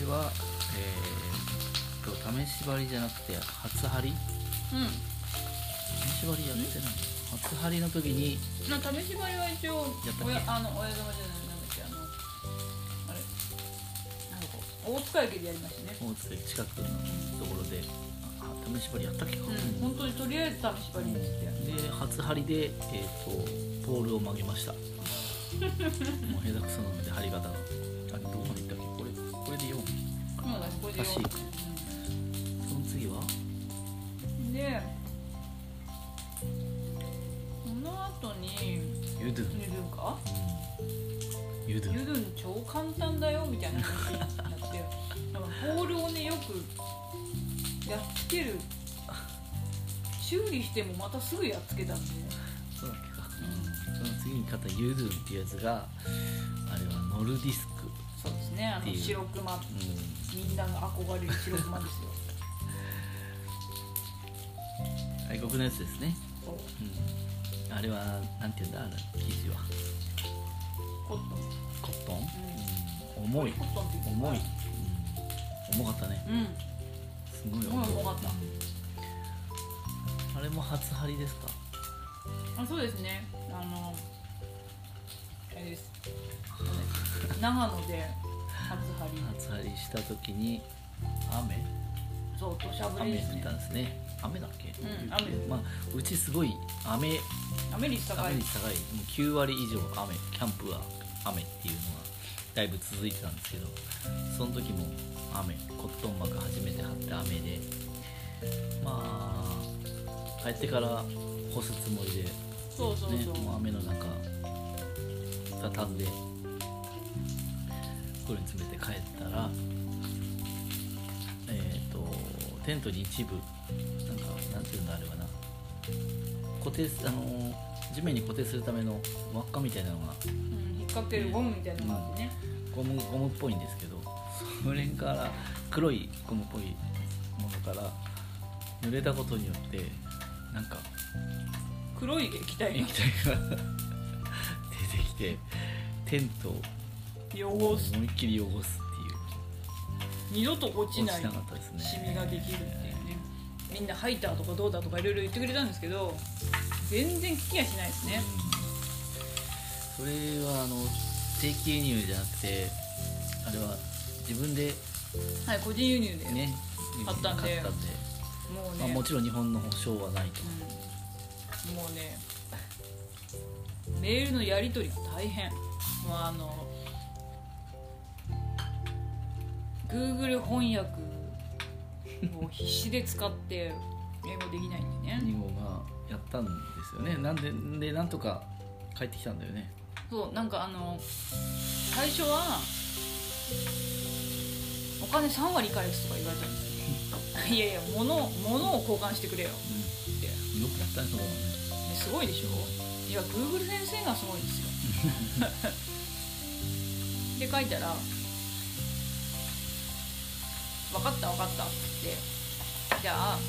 はえー、っと試し張りじゃなくて初張り、 うん試し張りやってない、初張りの時にな試し張りは一応やったっけおやあの親玉じゃないなんだっけあのあれなんだこう大塚駅でやりましたね。 大津で近くのところであ試し張りやったっけか、 うん本当にとりあえず試し張りにしてで初張りで、えー、とポールを曲げましたもう下手くそなので張り方があれどこまでいったっけ、これこれでよん、 今だこれでよ足その次はでその後にユドゥン、 ユドゥンかうん、ユドゥンユドゥン超簡単だよみたいな話になってなんかポールをねよくやっつける修理してもまたすぐやっつけたんで、 そうだっけか、うん、その次に買ったユドゥンっていうやつがあれはノルディスク、 そうですねあの白熊、 うん、 みんなが憧れる白熊ですよ外国のやつですね、 そううん、あれはなんていうんだあれ生地はコットン、 コットン、 うん、 うん、重いコットンって言う重い、うん、重かったね、 うんすごい重い重かった、 あれも初張りですか？ あそうですねあのあれです長野で初張り初張りした時に雨そう土砂降り雨ですね降ったんですね。雨だっけ？ うん雨です。 まあうちすごい雨雨率高い雨率高い、もうきゅうわり以上雨、キャンプは雨っていうのがだいぶ続いてたんですけど、その時も雨、コットン膜初めて張って雨で、まあ帰ってから干すつもりでそうそうそう、 ね、もう雨の中畳んで袋に詰めて帰ったら、えっ、ー、とテントに一部なんかなんていうんだあれはな、固定あのー、地面に固定するための輪っかみたいなのが、 うん、引っ掛けるゴムみたいなのがあってね、 ゴムゴムっぽいんですけど、それから黒いゴムっぽいものから濡れたことによってなんか黒い液体液体が出てきてテントを汚す思いっきり汚すって二度と落ちない落ちなかったですねシミができるっていうね、みんなハイターとかどうだとかいろいろ言ってくれたんですけど全然聞きやしないですね、 うん、それはあの正規輸入じゃなくてあれは自分ではい個人輸入でね買ったんで買ったんで、 もうね、 まあ、もちろん日本の保証はないと、 うん、もうねメールのやり取りが大変、もうあの Google 翻訳を必死で使って英語できないんでねに号がやったんですよね。なんででなんとか帰ってきたんだよね。 そうなんかあの最初はお金さんわり返すとか言われたんですよいやいや物物を交換してくれよって、 うん、よくやったねそこはね。 すごいでしょ。いや Google 先生がすごいですよで書いたら分かった分かったって言って、じゃあ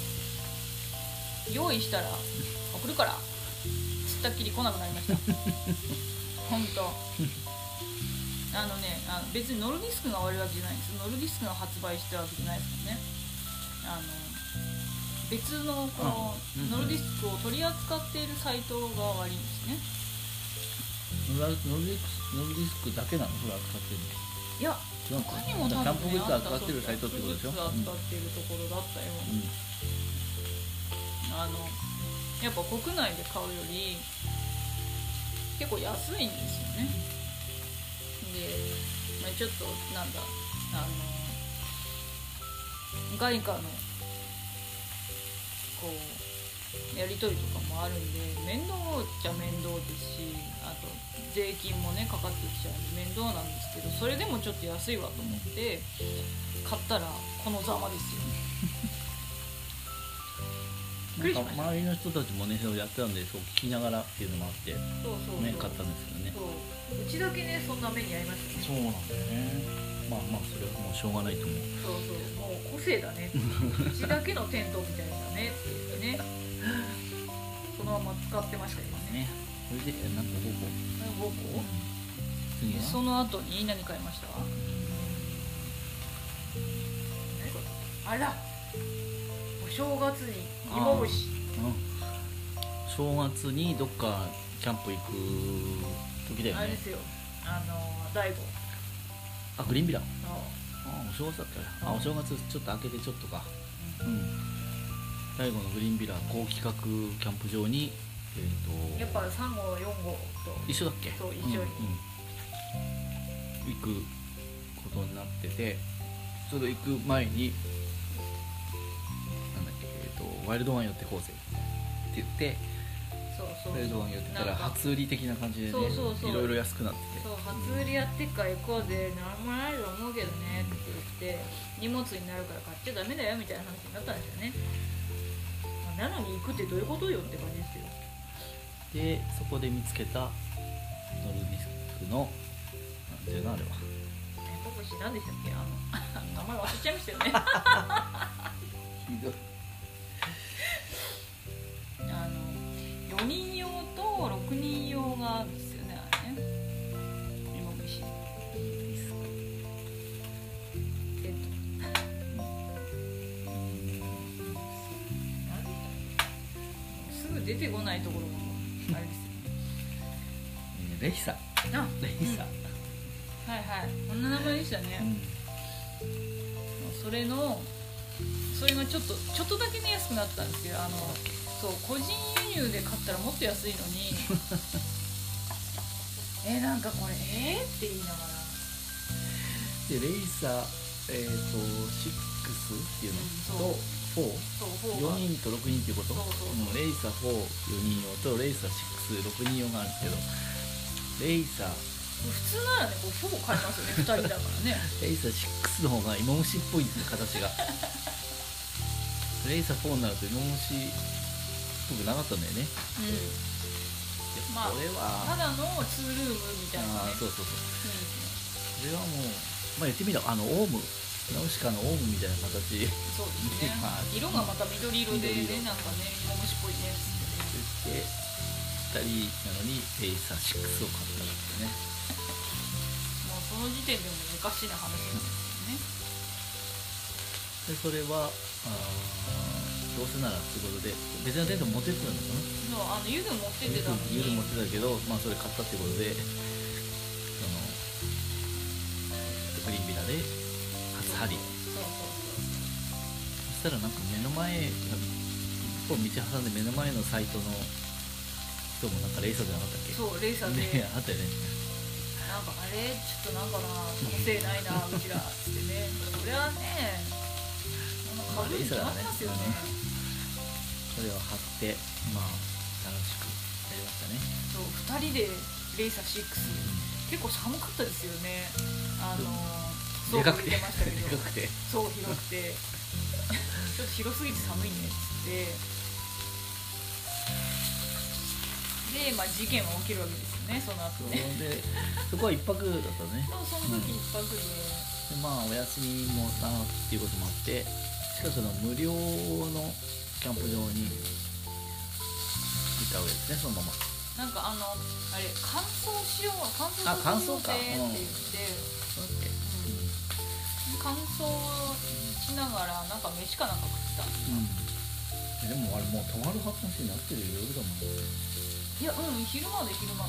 用意したら送るからつったっきり来なくなりました本当あのねあの別にノルディスクが悪いわけじゃないんです。ノルディスクが発売したわけじゃないですもんね。あの別のこのノルディスクを取り扱っているサイトが悪いんですね。 ノルディスクノルディスクだけなのそれ扱ってるの？ いや違うか。 他にも多分ねキャンプグッズ扱ってるサイトってことでしょ？ キャンプグッズ扱っているところだったよ、 うん、 あのやっぱ国内で買うより結構安いんですよね。で、まあ、ちょっとなんだあの外貨のこうやり取りとかもあるんで面倒っちゃ面倒ですし、あと税金もねかかってきちゃうんで面倒なんですけど、それでもちょっと安いわと思って買ったらこのざまですよなんか周りの人たちもねそれをやってたんでそう聞きながらっていうのもあってそうそうそうね買ったんですけどね。 そううちだけねそんな目に遭いましたね。 そうなんだよね。まあまあそれはもうしょうがないと思う。 そうそうもう個性だねうちだけのテントみたいだねって言ってねそのまま使ってましたけどね。 ねそれでなんかごこごこ、 次はその後に何買いました？ あれだ、お正月に芋虫。 うん、正月にどっかキャンプ行く時だよね。 あれですよ、あの大悟。 あ、グリーンビラ。 ああ、お正月だったよ。あ、 うんお正月ちょっと開けてちょっとか。うん。大悟のグリーンビラ高企画キャンプ場に、えーとやっぱさん号よん号と一緒だっけ？ そう一緒に、 うんうん、行くことになってて、ちょうど行く前になんだっけ、えーとワイルドワン寄ってこうぜって言って、 そうそうそう、 ワイルドワン寄ってたらなんか初売り的な感じでね、 そうそうそういろいろ安くなってて、 そう初売りやってっから行こうぜ、なんもないと思うけどねって言って荷物になるから買っちゃダメだよみたいな話になったんですよね。なのに行くってどういうことよって感じですよ。 でそこで見つけたノルディスクのなんていうのあれは、 僕知らんでしたっけ、あの名前忘れちゃいましたよねひどい。 あのよにん用とろくにん用があるんですよね、あれね。芋虫テントすぐ出てこないところもあれですよね。 えーレイサあ、 レイサ、 はいはい、こんな名前でしたね。 うん、 それのそれがちょっとちょっとだけね安くなったんですよ。あのそう個人輸入で買ったらもっと安いのにえー、なんかこれえーって言いながらでレイサえっ、ー、とシックスっていうのと、フォー、 そうよにんとろくにんっていうこと。 そうそうそう、 うん、レイサフォーよにん用とレイサシックスろくにん用があるんですけど、レイサ普通ならねこうフォー買いますよねふたりだからねレイサシックスの方が芋虫っぽいんですよ形がレイサフォーになると芋虫っぽくなかったんだよね。 うん、まあこれはただのツールームみたいな、ね、 あそうそうそう、 うん、 これはもうまあ言ってみればあのオウムナウシカのオウムみたいな形そうですねまあ色がまた緑色で緑色ね、なんかね芋虫っぽいねそしてふたりなのにレイサシックスを買ったんですよね。 もうその時点でもおかしな話なんですよね。 でそれはあどうせならってことで別のテント持ってってたのかな。 そうあの湯気持ってってたのに湯気持ってたけど、まあ、それ買ったってことでそのグリーンビラで初張りそうそうそしたらなんか目の前一本道挟んで目の前のサイトの人もなんかレイサーじゃなかったっけ。 そうそうレーサーで、 ね、あったよね。 なんかあれちょっとなんかな個性ないなうちらっつってねそれはねまあ株に決まってますよね。 それを貼ってまあ楽しくやりましたね。 そうふたりでレイサーシックス結構寒かったですよね。あのでかくてそう言ってましたけどでかくてそう広くてちょっと広すぎて寒いねっつってで、まあ、事件は起きるわけですよねその後ね。 でそこは一泊だったね。 そうその時一泊で、 でまあお休みもなっていうこともあって近くの無料のキャンプ場に行ったわけですねそのまま。 なんかあのあれ乾燥しよう乾燥あ乾燥かって言って、 そうだっけ。 うん、乾燥しながらなんか飯かなんか食ってた。 うん、でもあれもう泊まる話になってる夜だもんね。 いやうん昼間で昼間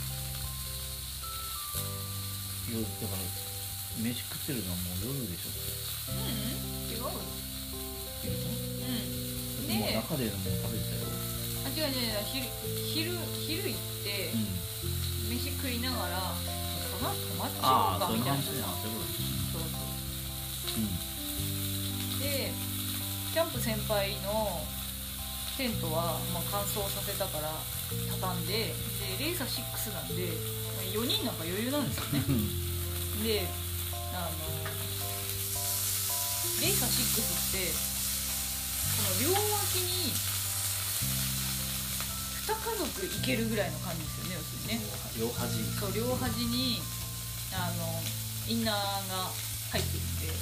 夜だから飯食ってるのはもう夜でしょって。 うん違うよ昼うん間もうで中でもう食べてたよ。 あ違う違う昼昼昼行って、 うん、 飯食いながらその後泊まっちああゃおうかみたいな。 そういう話じゃんそういうことです。 そうそううんでキャンプ先輩のテントは、まあ、乾燥させたから畳んで、でレイサシックスなんで、まあ、よにんなんか余裕なんですよねであのレイサシックスってこの両脇にに家族行けるぐらいの感じですよね要するにね。 両端そう両端にあのインナーが入ってるんで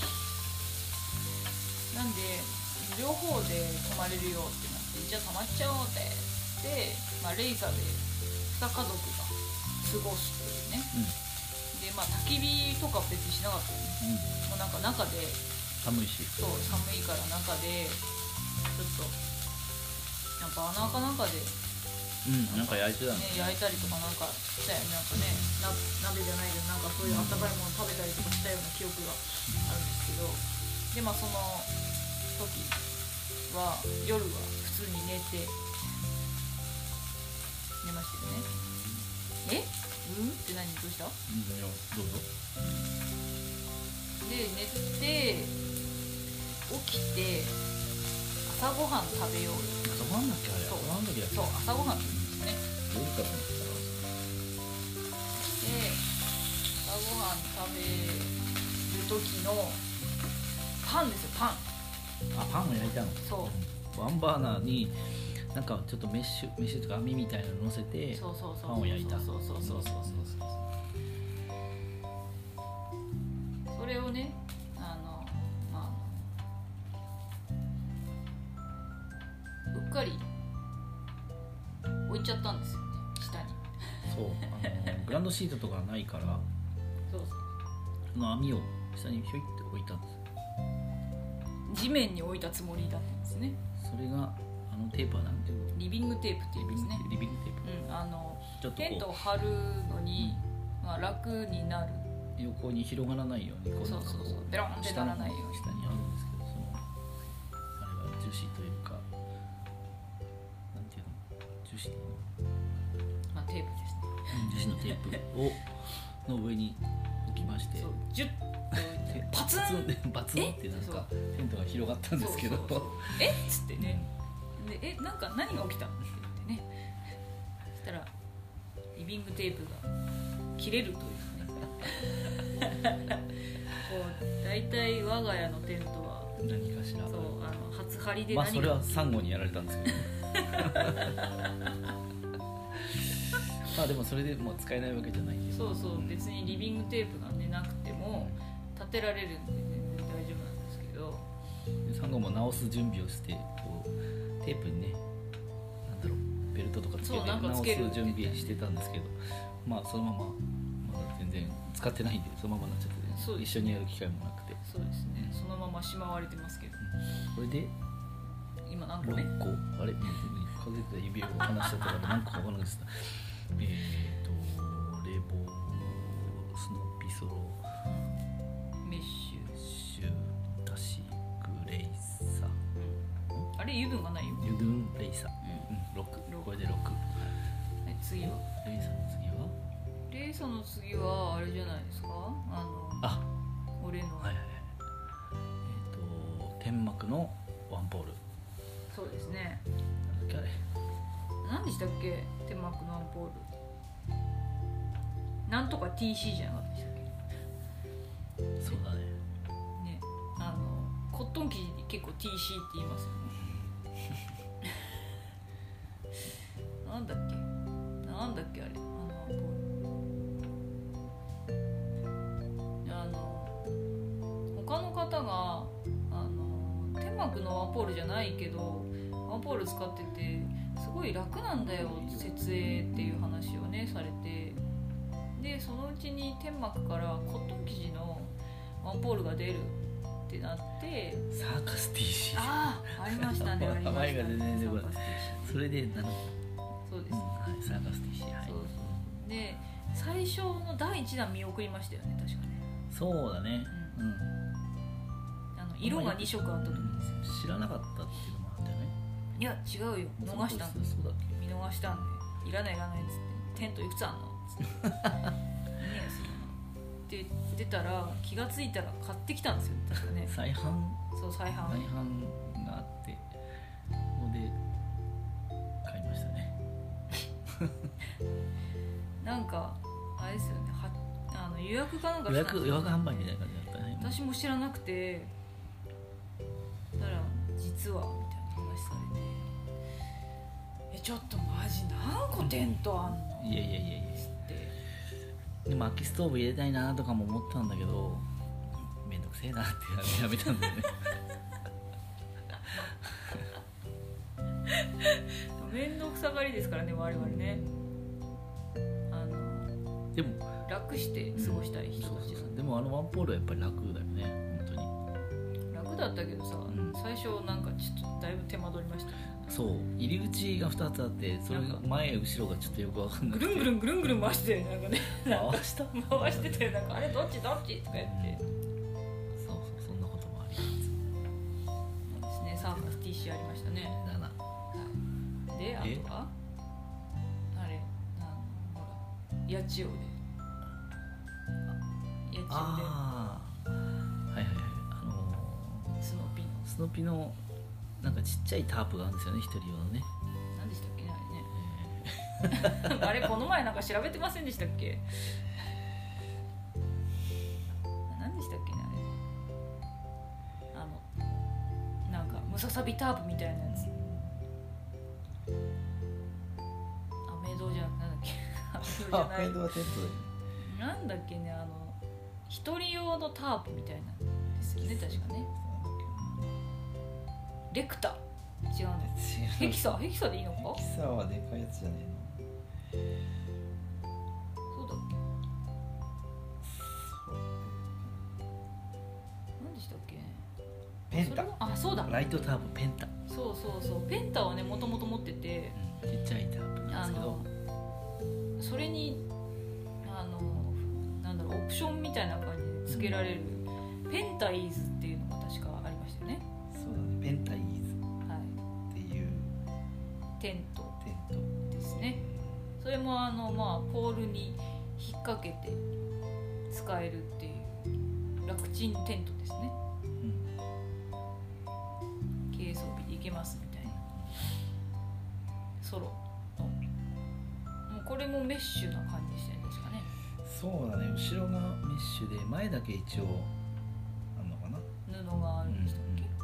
なんで両方で泊まれるよってなってじゃあ泊まっちゃおうってで、まあ、レイサでに家族が過ごすというね、 うん、 でまあ焚き火とか別にしなかったよね、 うん、 もうなんか中で寒いし、 そう寒いから中でちょっとやっぱ穴かなんかで、 うんなんか焼いてたの、 ね、焼いたりとかなんかしたよね。なんかねな鍋じゃないけどなんかそういう温かいもの食べたりとかしたような記憶があるんですけど、でまあその時は夜は普通に寝て寝ましたよね。えうんって何どうした？ うんいやどうぞ。 で寝て起きて朝ごはん食べようよ。 朝ごはんだっけあれ。 そう朝ごはんだっけ。 そう朝ごはんですね。 どうかと思っで朝ごはん食べる時のパンですよ。パン。 たら。あパンを焼いたの。 そう。 ワンバーナーになんかちょっとメッシュメッシュとか網みたいなの乗せてそうそうそうパンを焼いた。 そうそうそうそうそうそう。それをねあのまあうっかり置いちゃったんですよね下に。 そうあのグランドシートとかないからそうそう。 その網を下にひょいって置いたんです。 地面に置いたつもりだったんですね。 それがあのテープはなんていうの？ リビングテープっていうんですね。 リビングテープ。 うん、あのちょっとこうテントを張るのに、まあ、楽になる。 横に広がらないようにこうそうそうそうベロンってならないように下にあるんですけど、そのあれは樹脂というかなんていうの樹脂まあテープですね。 樹脂のテープをの上に置きまして、 そうジュッと置いてパツンでバツンってなんかテントが広がったんですけど、 そうそうそうえっつってね、でえなんか何が起きたんって言ってね、そしたらリビングテープが切れるというねこう大体我が家のテントは何かしらそうあの初張りでまあ何か、 それはサンゴにやられたんですけどまあでもそれでもう使えないわけじゃないけど、 そうそう別にリビングテープが、ね、なくても立てられるんで全然大丈夫なんですけど、 でサンゴも直す準備をしてこうテープにねなんだろうベルトとかつけてそうなんか直すつけるって準備してたんですけど、まあそのまままだ全然使ってないんでそのままになっちゃって、ね、 そうですね一緒にやる機会もなくて、 そうですねそのまましまわれてますけど、 これで今何個目ろっこあれ数えてた指を離しちゃったから何個か分からないですえーとレボスノーピソロメッシュ、 シュタシグレイサうん、あれ油分がないよ、 ユドゥンレイサ、 うんうん、ろくこれでろく。 はい次はレイサの次はレイサの次はあれじゃないですか、あのあ俺の、 はいはいはいえっ、と天幕のワンポールそうですね、 なんだっけあれ何でしたっけ天幕のアンポールなんとか ティーシー じゃなかったでしたっそうだねけね、あのコットン生地に結構 ティーシー って言いますよねなんだっけなんだっけあれあのアンポールあの他の方があの天幕のワンポールじゃないけどワンポール使っててすごい楽なんだよ設営っていう話をねされて、でそのうちに天幕からコットン生地のワンポールが出るってなって、 サーカス ティーシーああありましたねありましたね前が全然出てこないサーカス ティーシーそれでなの、 そうです、 うんはい、サーカス ティーシー はいそうそうで最初のだいいちだん見送りましたよね確かね、 そうだねううんん、 あの色がに色あった時ですよ、 知らなかったっていうのもあったよねいや違うよ逃したんです、 そうだっけ見逃したんでいらないいらないっつってテントいくつあんのっつってねえそんなのって出たら気がついたら買ってきたんですよ確かね再販そう再販再販があってここで買いましたねなんかあれですよねはあの予約かなんか予したんですよ約予約販売みたいな感じだったね私も知らなくてだから実はみたいな話されてえちょっとマジ何個テントあんのいやいやいやいやつってでも薪ストーブ入れたいなとかも思ったんだけどめんどくせえなってやめたんだよねめんどくさがりですからね我々ねあのでも楽して過ごしたい人たちそうなんでそうでもあのワンポールはやっぱり楽だよね本当に楽楽だったけどさ、 うん、 最初なんかちょっとだいぶ手間取りましたね。 そう入り口がふたつあって、それが前後ろがちょっとよく分かんなくて、 ぐるんぐるんぐるんぐるん回してなんかね回した回してて、なんかあれどっちどっちとか言って、うん、 そうそうそんなこともあります。 ですね。サーカス ティーシー ありましたね。 なな、 はい、であとはあれなんほら八千代で八千代でああはいはいはい、あのー、 スノピのスノピのなんかちっちゃいタープがあるんですよね、一人用のね。 何でしたっけねあれね、えー、あれこの前なんか調べてませんでしたっけ。何でしたっけねあれ、あのなんかムササビタープみたいなやつ、アメドじゃなんだっけアメドじゃない、 アメドはテントだよ。 なんだっけね、あの一人用のタープみたいなんですよね、確かね。レクタ違うの、ヘキサヘキサでいいのか。 ヘキサはでかいやつじゃねえの。 そうだっけ、何でしたっけね。 ペンタ、 あ、そうだ、 ライトタープペンタ。 そうそうそう、ペンタはねもともと持ってて、 うん、ちっちゃいタープなんですけど、 それにあのなんだろう、オプションみたいな感じで付けられる、うん、ペンタイーズっていうのが確かありましたよね。 そうだね、ペンタイーズっていうテントテントですね。それもあの、まあ、ポールに引っ掛けて使えるっていう楽ちんテントですね、うん、軽装備でいけますみたいなソロの、もうこれもメッシュな感じしてるんですかね。 そうだね、後ろがメッシュで前だけ一応あるのかな、 布があるんでしたっけ、うん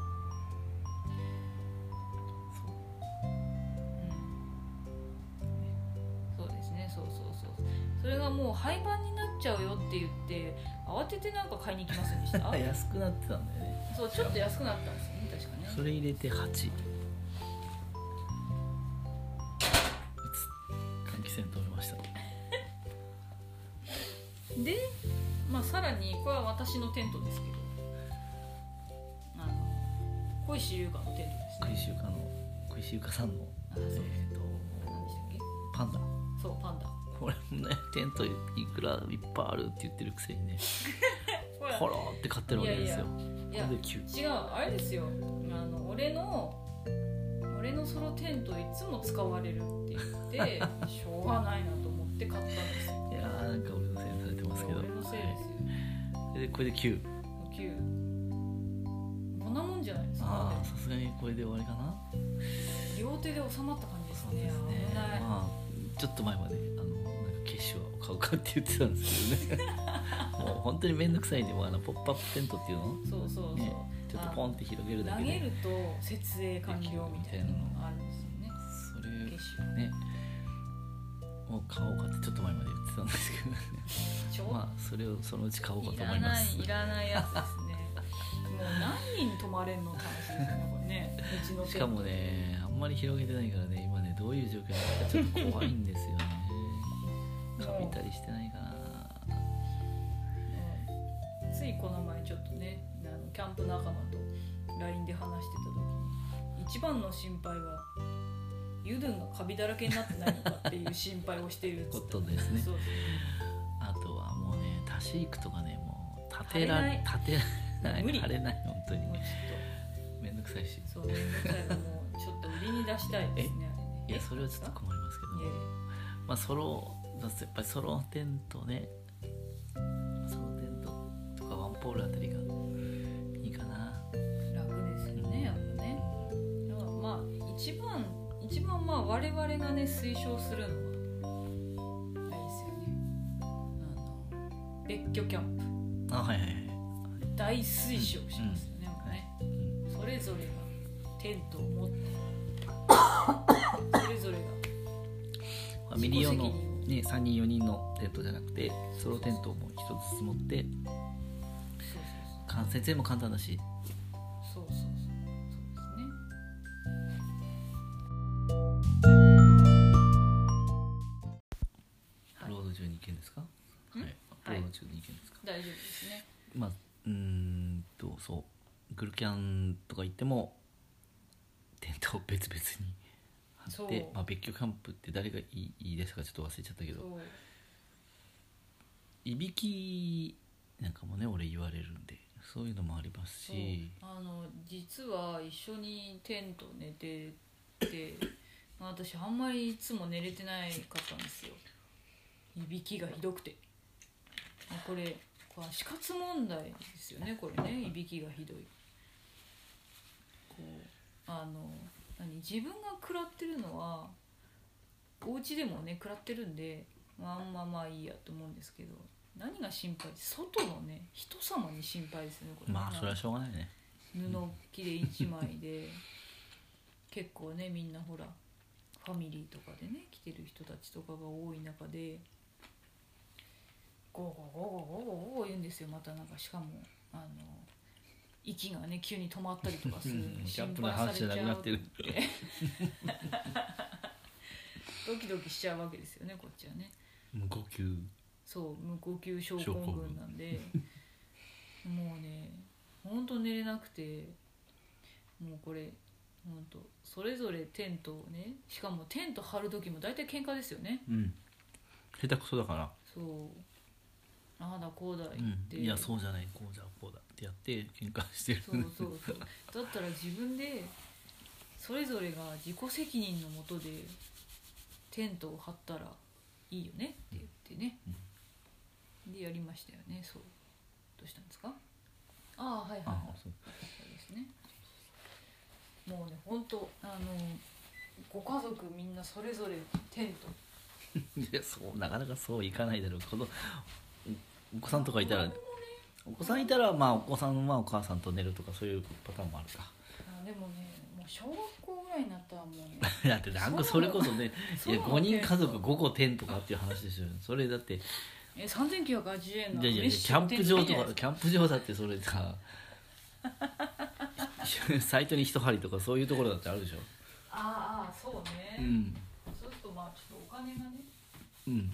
そうそうそう、それがもう廃盤になっちゃうよって言って慌ててなんか買いに行きませんでした安くなってたんだよね。 そう、ちょっと安くなったんですよね、確かね。 それ入れてはち、換気扇通りましたで、まあ、さらにこれは私のテントですけど、あの小石優香のテントですね。 小石優香の小石優香さんのあ、そうです、 えー、と何でしたっけ、 パンダ。 そうパンダ、 これもね、テントいくらいっぱいあるって言ってるくせにねほらって買ってるわけですよ。 いやいや、いや違う、あれですよ、あの俺の俺のソロテントいつも使われるって言ってしょうがないなと思って買ったんですよ。 いやー、なんか俺のせいにされてますけど、 俺のせいですよ、 はい、でこれできゅう、 きゅう、こんなもんじゃないですか。 ああ、さすがにこれで終わりかな。 両手で収まった感じですね。 そうですね、 危ない。 まあ、ちょっと前まであのなんかケッシュを買うかって言ってたんですけどねもう本当にめんどくさいんで、もうあのポップアップテントっていうの、 そうそうそう、 ね、ちょっとポンって広げるだけで投げると設営完了みたいなのがあるんですよね。 それケッシュねを買おうかってちょっと前まで言ってたんですけどねちょまあそれをそのうち買おうかと思います。 いらないいらないやつですねもう何人泊まれんのって話ですよね、これね。うちのしかもね、あんまり広げてないからね、今ねどういう状況なのかちょっと怖いんですよねかびたりしてないかな。 ついこの前ちょっとね、あのキャンプ仲間と ライン で話してた時に、一番の心配は油分がカビだらけになってないのかっていう心配をしているっつことですね。 そうあとはもうね、タシークとかね、もう立てられ立てられない無理貼れない、本当にもうちょっめんどくさいし、 とそうめんどくさいのもうちょっと売りに出したいですね。あれね、 いやそれはちょっと困りますけど、 いやいや、 まあソロやっぱりソロテントね、ソロテントとかワンポールあたりがいいかな。 楽ですよね、やっぱね。だからまあ一番一番まあ我々がね推奨するのはあれですよね、あの別居キャンプ。 あ、はいはいはい、 大推奨しますよね、 うんもうね、 はい、うん、 それぞれがテントを持ってそれぞれがファミリー用の、ね、さんにんよにんのテントじゃなくてソロテントをもうひとつずつ持って、設営も簡単だし、 そうそうそうそうですね。 アプロードじゅうにけんですか、はい、アプロードじゅうにけんですか、 大丈夫ですね。 まあうーんとそうグルキャンとか行ってもテントを別々に張って、まあ、別居キャンプって誰がいい、いいですかちょっと忘れちゃったけど、いびきなんかもね俺言われるんでそういうのもありますし、 あの実は一緒にテント寝てて私あんまりいつも寝れてないかったんですよ。いびきがひどくて、これこれ死活問題ですよねこれね。いびきがひどい、こうあの何自分が食らってるのはお家でもね食らってるんで、まあ、あんままあいいやと思うんですけど、何が心配、外のね人様に心配ですよねこれね。 まあそれはしょうがないね。 布きれい一枚で結構ねみんなほらファミリーとかでね来てる人たちとかが多い中でゴーゴーゴーゴーゴーゴーゴー言うんですよ。またなんかしかもあの息がね急に止まったりとかする心配されちゃうってドキドキしちゃうわけですよねこっちはね。 無呼吸、 そう無呼吸症候群なんでもうねほんと寝れなくて、もうこれほんとそれぞれテントをね、しかもテント張る時も大体喧嘩ですよね。 うん下手くそだから、 そうああだこうだ言って、 うん、いやそうじゃないこうじゃこうだってやって喧嘩してる。 そうそうそうだったら自分でそれぞれが自己責任のもとでテントを張ったらいいよねって言ってね、うん、でやりましたよね。そうどうしたんですか。ああはいはいはい、 あそうですね。もうね本当あのご家族みんなそれぞれテントいやそうなかなかそういかないだろう。このお子さんとかいたら、ね、お子さんいたらまあお子さんはお母さんと寝るとかそういうパターンもあるか。 あでもねもう小学校ぐらいになったらもうねだってなんかそれこそねいやごにん家族ごこテントかっていう話ですよ。それだってえさんぜんきゅうひゃくはちじゅうえんのいやいやキャンプ場とかキャンプ場だってそれさサイトに一針とかそういうところだってあるでしょ。 ああそうね、 うん、 そうするとまあちょっとお金がねうん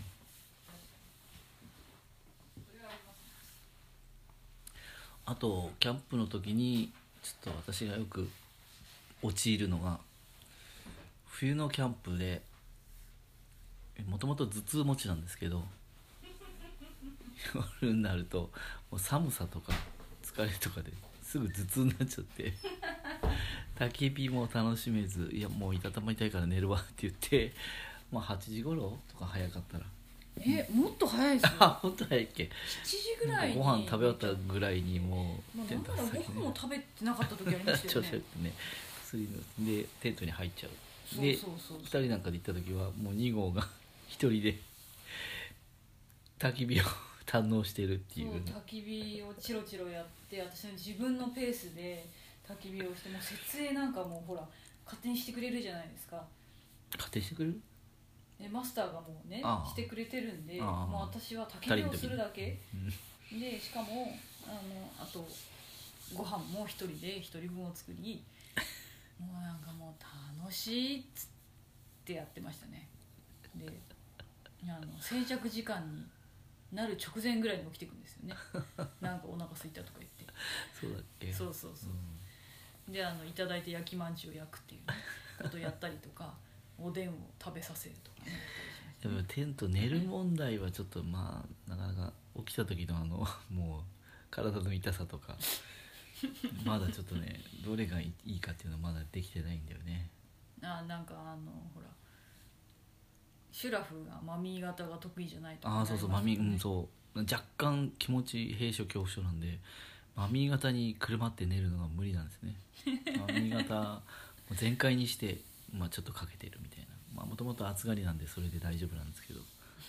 あとキャンプの時にちょっと私がよく陥るのが冬のキャンプでもともと頭痛持ちなんですけど夜になるともう寒さとか疲れとかですぐ頭痛になっちゃって焚き火も楽しめずいやもういたたまりたいから寝るわって言ってまあはちじ頃とか早かったらえもっと早いですよ。 あ本当早いっけ。 しちじぐらいにご飯食べ終わったぐらいにもう、 まあ、なんならご飯も食べてなかった時ありましたよねね薬のでテントに入っちゃう。 そうでそうそうそうふたりなんかで行った時はもうに号がひとりで焚き火を堪能してるっていう。 そう焚き火をチロチロやって私の自分のペースで焚き火をしてもう設営なんかもうほら勝手にしてくれるじゃないですか。 勝手にしてくれるでマスターがもうねああしてくれてるんでああもう私は焚き火をするだけ、うん、でしかもあのあとご飯も一人で一人分を作りもうなんかもう楽しいっつってやってましたね。であの静寂時間になる直前ぐらいに起きてくんですよねなんかお腹空いたとか言ってそうだっけ。 そうそうそう、うん、であのいただいて焼きまんじゅうを焼くっていう、ね、ことをやったりとかおでんを食べさせるとかね。 でもテント寝る問題はちょっとまあなかなか起きた時のあのもう体の痛さとかまだちょっとねどれがいいかっていうのはまだできてないんだよね。 あなんかあのほらシュラフがマミー型が得意じゃないとか、 ね、あそうそうマミーうんそう若干気持ち閉所恐怖症なんでマミー型にくるまって寝るのが無理なんですねマミー型全開にしてまあちょっとかけてるみたいな。まあもともと暑がりなんでそれで大丈夫なんですけど。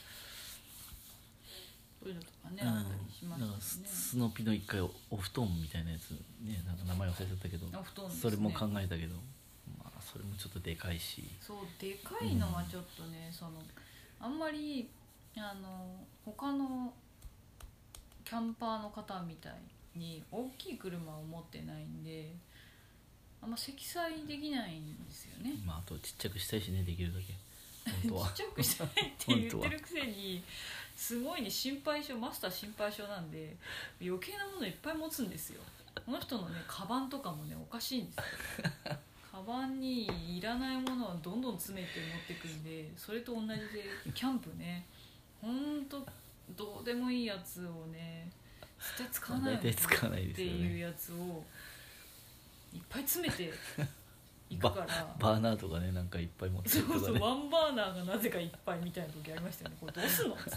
そういうのとかね、うん、あったりしますね。なんかスノピの一回 お, お布団みたいなやつねなんか名前忘れちゃったけど、 お布団ですね、 それも考えたけど、まあ、それもちょっとでかいし。 そうでかいのはちょっとね、うん、そのあんまりあの他のキャンパーの方みたいに大きい車を持ってないんであんま積載できないんですよね。 まあ、あとちっちゃくしたいしねできるだけ本当はちっちゃくしたいって言ってるくせにすごいね心配性マスター心配性なんで余計なものいっぱい持つんですよこの人のねカバンとかもねおかしいんですよカバンにいらないものをどんどん詰めて持ってくんで、それと同じでキャンプねほんとどうでもいいやつをね絶対使わないよね使わないですよねっていうやつをいっぱい詰めていくからバ, バーナーとかねなんかいっぱい持ってそうるとかねそうワンバーナーがなぜかいっぱいみたいな時ありましたよね。これどうすんのっつって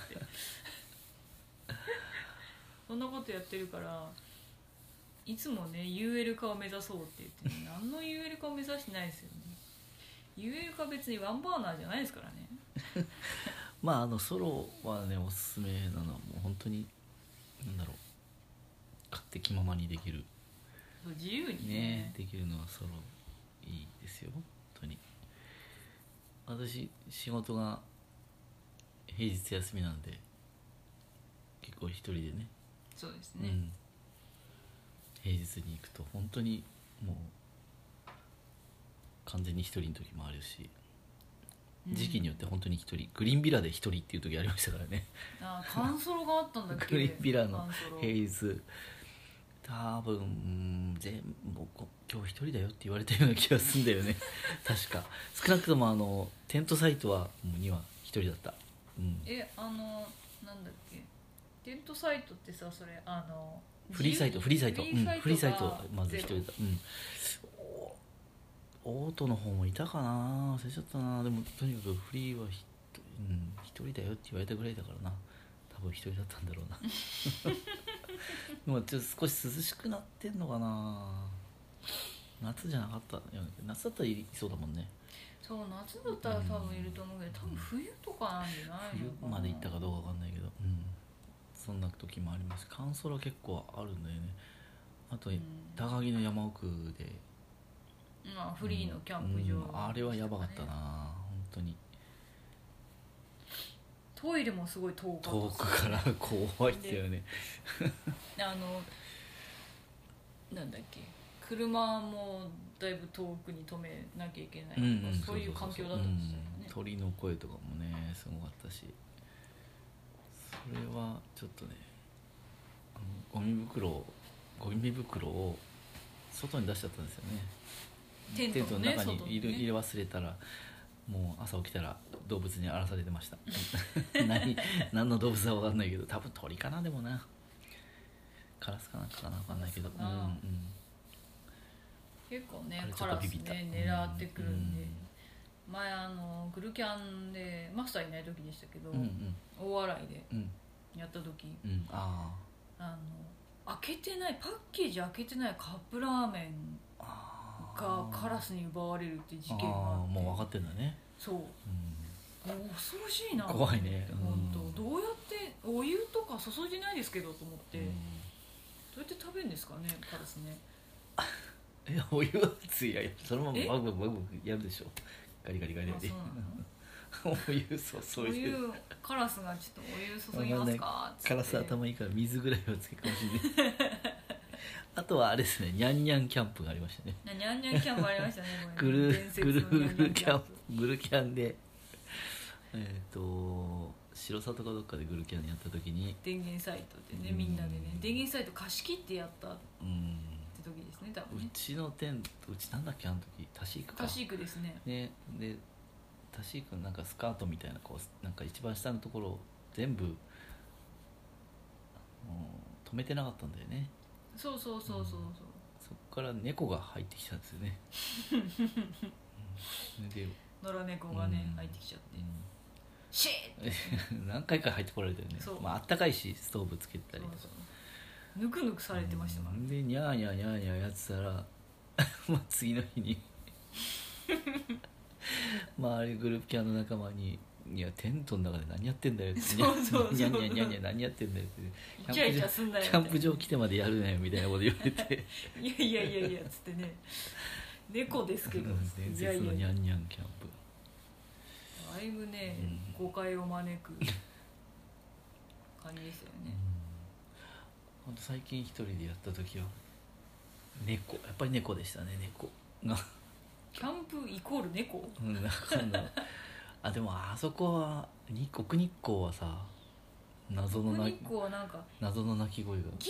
そんなことやってるからいつもね ユーエル 化を目指そうって言って、ね、何の ユーエル 化を目指してないですよね。 ユーエル 化別にワンバーナーじゃないですからねまああのソロはねおすすめなのはもう本当になんだろう勝手気ままにできる自由にね, ねできるのはソロいいですよ本当に。私仕事が平日休みなんで結構一人でねそうですね、 うん平日に行くと本当にもう完全に一人の時もあるし、 うん、 時期によって本当に一人グリーンビラで一人っていう時ありましたからねあカンソロがあったんだっけグリーンビラのカンソロ平日多分うん全部今日一人だよって言われたような気がするんだよね確か少なくともあのテントサイトはもうには一人だった、うん、 えあのなんだっけテントサイトってさそれあのフリーサイトフリーサイトフリーサイトうん、フリーサイトがまず一人だ、うんオートの方もいたかな忘れちゃったな。でもとにかくフリーはひと、うん、一人だよって言われたぐらいだからな多分一人だったんだろうなでもちょっと少し涼しくなってんのかな。夏じゃなかったよね。夏だったらいそうだもんね。 そう夏だったら多分いると思うけど、多分冬とかなんじゃないのかな。 冬まで行ったかどうかわかんないけど、うん、そんな時もありますし乾燥は結構あるんだよね。あと、うん、高木の山奥でまあ、フリーのキャンプ場、 うんうん、あれはやばかったな本当に。 トイレもすごい遠かった、 遠くから怖いですよねあのなんだっけ車もだいぶ遠くに止めなきゃいけないとか、うんうん、そういう環境だったんですよね、うん、 鳥の声とかもねすごかったし、それはちょっとねあのゴミ袋をゴミ袋を外に出しちゃったんですよね。 テントの中に入れ、ね、入れ忘れたらもう朝起きたら動物に荒らされてました何, 何の動物は分かんないけど多分鳥かな。でもなカラスかなんかかな分かんないけど、うんうん、 結構ねカラスね狙ってくるんで、うん、前あのグルキャンでマスターいない時でしたけど、うんうん、大洗でやった時、うん、あ, あの開けてないパッケージ開けてないカップラーメンがカラスに奪われるっていう事件があって、 もう分かってんだね。 そう、うん、恐ろしいな怖いね、 本当、うん、どうやってお湯とか注いでないですけどと思って、うん、どうやって食べるんですかねカラスねえお湯はついやそのままバグバグバグやるでしょガリガリガリガリお湯そうそういうお湯カラスがちょっとお湯注ぎますかってカラス頭いいから水ぐらいはつけるかもしれないあとはあれですね、ニャンニャンキャンプがありましたね。 ニャンニャンキャンプありましたね。 グルグルグルキャンプグルキャンで、えっ、ー、と白里かどっかでグルキャンやった時に電源サイトでねみんなでね電源サイト貸し切ってやったって時ですね多分ね。 うちのテントうちなんだっけあの時タシークか。 タシークですね。 ねでタシークなんかスカートみたいなこうなんか一番下のところを全部、うん、止めてなかったんだよね。 そうそうそうそうそう、うん、 そこから猫が入ってきたんですよね、 うん、で野良猫がね、うん、入ってきちゃって、うん、シー何回か入ってこられてるね。まあ、あったかいしストーブつけたりとかそうそうぬくぬくされてましたもん、 うん、でニャーニャーニャーニャーやってたらまあ次の日に周りグループキャンの仲間にいやテントの中で何やってんだよってそうそうそうニャンニャンニャンニャン何やってんだよってイチャイチャすんなよキャンプ場来てまでやるなよみたいなこと言われていやいやいやいやつってね猫ですけど伝説のニャンニャンキャンプだいぶね、うん、誤解を招く感じですよね、 うん、最近一人でやった時は猫やっぱり猫でしたね。猫がキャンプイコール猫、 うん、なんかあでもあそこは奥日光はさ謎の奥日光はなんか謎の鳴き声がギャーっ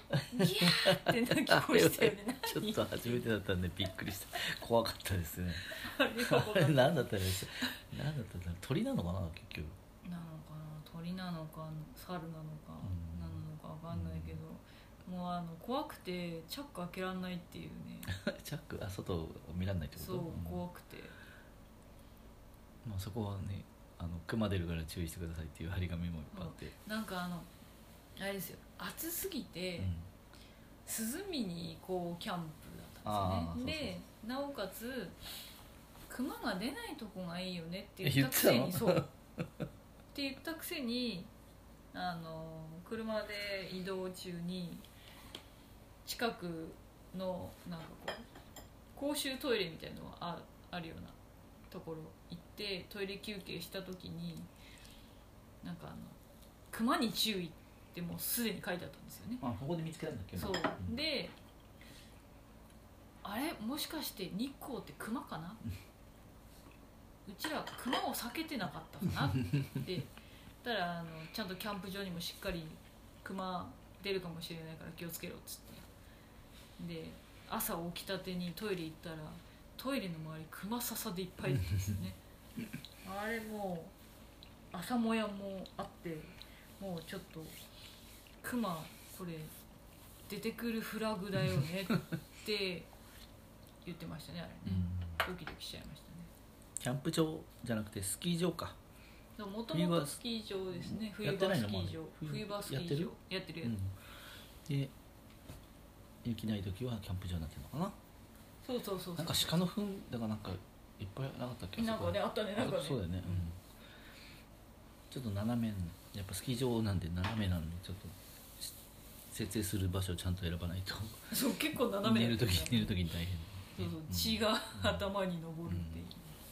ギャーって鳴き声したよね。 ちょっと初めてだったんでびっくりした。怖かったですね。 あれがあれ何だったんです何だったんだ鳥なのかな結局。 なのかな、鳥なのか猿なのかうん何なのかわかんないけど、もうあの怖くてチャック開けらんないっていうね。 チャックあ外を見らんないってこと。 そう怖くて、 まあ、そこはねあの熊出るから注意してくださいっていう張り紙もいっぱいあって、 なんかあのあれですよ、暑すぎて、涼みに行こうキャンプだったんですよね。でなおかつ熊が出ないとこがいいよねって言ったくせにそうって言ったくせにあの車で移動中に近くのなんかこう公衆トイレみたいなのが あ, あるようなところ行ってトイレ休憩した時になんかあの熊に注意ってもうすでに書いてあったんですよね。 あここで見つけたんだっけ。 そう、 うん、 であれもしかして日光って熊かなうちら熊を避けてなかったかなって言ったらあのちゃんとキャンプ場にもしっかり熊出るかもしれないから気をつけろっつってで朝起きたてにトイレ行ったらトイレの周り熊笹でいっぱいですねあれもう朝もやもあってもうちょっと熊これ出てくるフラグだよねって言ってましたねあれね、うん、ドキドキしちゃいましたね。 キャンプ場じゃなくてスキー場か。 もともとスキー場ですね。冬場スキー場冬場スキー場やってるやつ、うん、で雪ない時はキャンプ場になってるのかな。 そうそうそうそう。 なんか鹿の糞だからなんかいっぱいなかったっけ。 なんかねあったねなんかね。 そうだよね、うん、ちょっと斜めやっぱスキー場なんで斜めなんでちょっと設営する場所をちゃんと選ばないとそう結構斜め寝る時寝る時に大変。 そうそう血が、うん、頭に上るっていう、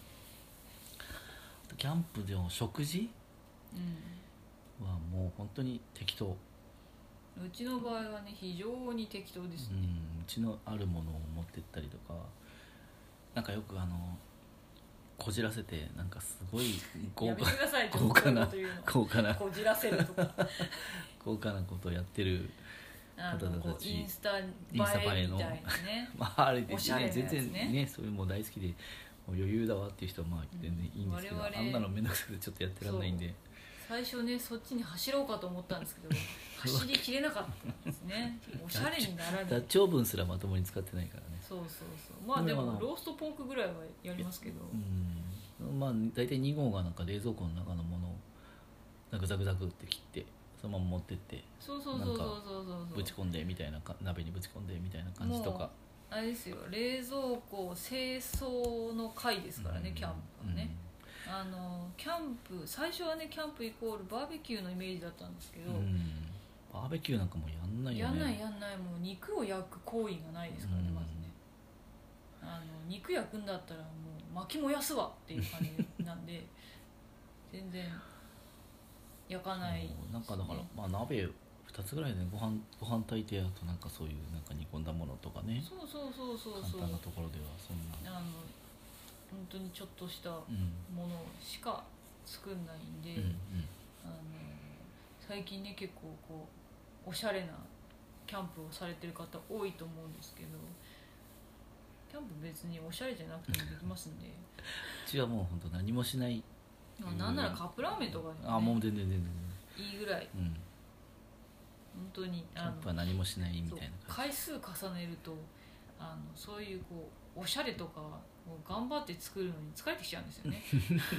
うん、キャンプでも食事、うん、はもう本当に適当。 うちの場合はね非常に適当ですね、 うん、うちのあるものを持ってったりとかなんかよくあのこじらせてなんかすごい豪華豪華な豪華なこじらせるとか豪華なことをやってる方たちインスタ映えみたいなねまああれですね、 ね全然ねそれも大好きでもう余裕だわっていう人はまあ全然いいんですけど、うん、あんなの面倒くさくてちょっとやってらんないんで最初ねそっちに走ろうかと思ったんですけど走りきれなかったんですねおしゃれにならない。 ダッチオーブンすらまともに使ってないからね。 そうそうそうまあでもローストポークぐらいはやりますけど、 うん、まあ大体に号がなんか冷蔵庫の中のものをなんかザクザクって切ってそのまま持ってってそうそうそうそうそうそうぶち込んでみたいなか鍋にぶち込んでみたいな感じとかあれですよ冷蔵庫清掃の回ですからね、うん、キャンプはね、うん、あのキャンプ最初はねキャンプイコールバーベキューのイメージだったんですけど、うん、 バーベキューなんかもうやんないよね。 やんないやんないもう肉を焼く行為がないですからね、うん、まずねあの肉焼くんだったらもう薪燃やすわっていう感じなんで全然焼かない、ね、 なんかだからまあ鍋ふたつぐらいで、ね、ご飯ご飯炊いてあとなんかそういうなんか煮込んだものとかね。 そうそうそうそうそう簡単なところではそんなあの本当にちょっとしたものしか作んないんで、うんうん、あの最近ね結構こうおしゃれなキャンプをされてる方多いと思うんですけどキャンプ別におしゃれじゃなくてもできますんでうちはもう本当何もしないなんならカップラーメンとかで、ね、 あもう全然全然いいぐらい、うん、本当にキャンプは何もしないみたいな回数重ねるとあのそういうこうおしゃれとかを頑張って作るのに疲れてきちゃうんですよね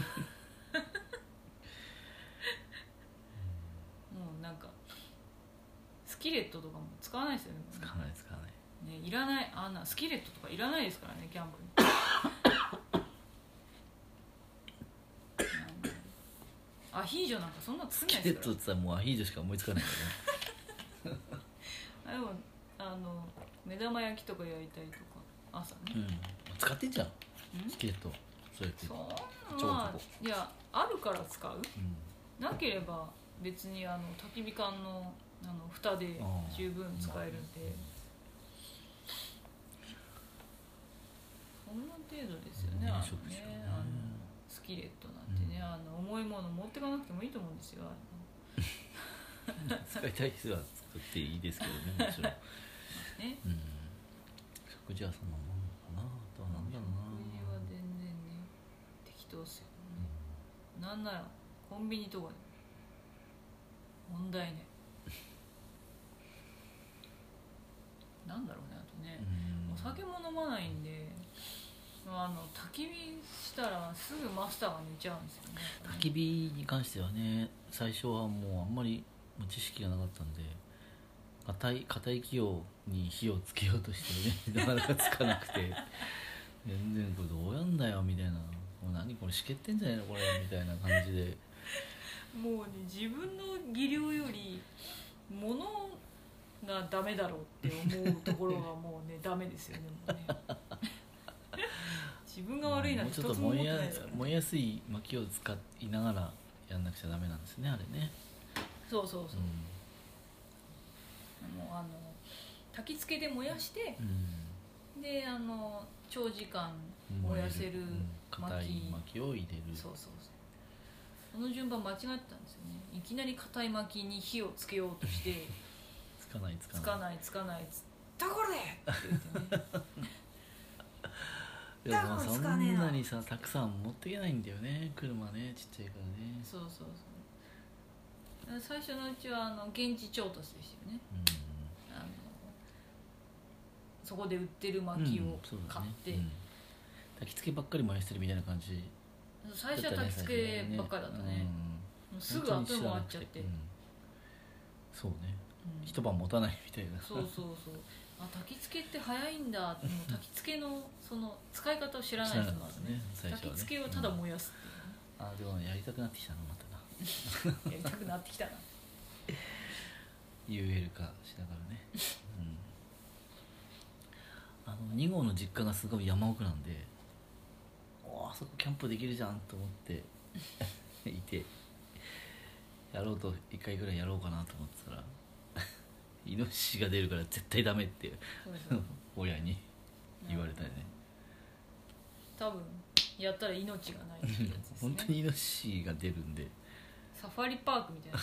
もうなんかスキレットとかも使わないですよね。 使わない使わないね、いらないあんなスキレットとかいらないですからねキャンプにアヒージョなんかそんな作んないですから。スキレットって言ったらもうアヒージョしか思いつかないからねあでもあの目玉焼きとか焼いたりとか朝ね、うん、 使ってんじゃんスキレットそうやってそんな、まあ、いやあるから使う、うん、なければ別にあの焚き火缶のあの蓋で十分使えるんで、そんな程度ですよね、あのねあのスキレットなんてね、うん、あの重いもの持ってかなくてもいいと思うんですよ使いたい人はとっていいですけどねもちろんね、 うん、食事はそんなもんかな。あとはなんだろうな。 食事は全然ね適当っすよね、うん、なんならコンビニとかで問題ねなんだろうね。あとね、 うん、 お酒も飲まないんで、あの焚き火したらすぐマスターが寝ちゃうんですよね。 焚き火に関してはね、最初はもうあんまり知識がなかったんで、硬い硬い木をに火をつけようとしてねなかなかつかなくて全然これどうやんだよみたいな、もう何これしけってんじゃないのこれみたいな感じで、 もうね自分の技量より物がダメだろうって思うところがもうねダメですよね。もうね自分が悪いなんて一つも思ってないですからね。 燃えやすい薪を使いながらやんなくちゃダメなんですね、あれね。 そうそうそう、 うん、 もうあの焚き付けで燃やして、 うん、 であの長時間燃やせる硬、うん、い薪を入れる。 そうそうそう、その順番間違ってたんですよね。いきなり硬い薪に火をつけようとしてつかないつかないつかないつかないつったこれって言ってねでもまあそんなにさたくさん持っていけないんだよね、車ね、ちっちゃいからね。 そうそうそう、最初のうちはあの現地調達でしたよね、うん、あのそこで売ってる薪を買って、うんね、 うん、焚き付けばっかり燃やしてるみたいな感じ、 最初は焚き付けばっかりだったね、ね、うん、もうすぐ後もあっちゃって、うん、 そうね、うん、一晩持たないみたいな。 そうそうそう、あ、焚き付けって早いんだって、もう焚き付けのその使い方を知らない人なんですね。焚き付けをただ燃やすっていうね、 うん、あ、でもやりたくなってきたな、またなやりたくなってきたなユーエル 化しながらね、うん、あのに号の実家がすごい山奥なんで、おあそこキャンプできるじゃんと思っていて、やろうといっかいぐらいやろうかなと思ってたらイノシシが出るから絶対ダメって親に言われたよね。 多分やったら命がないってやつですね本当にイノシシが出るんで、 サファリパークみたいな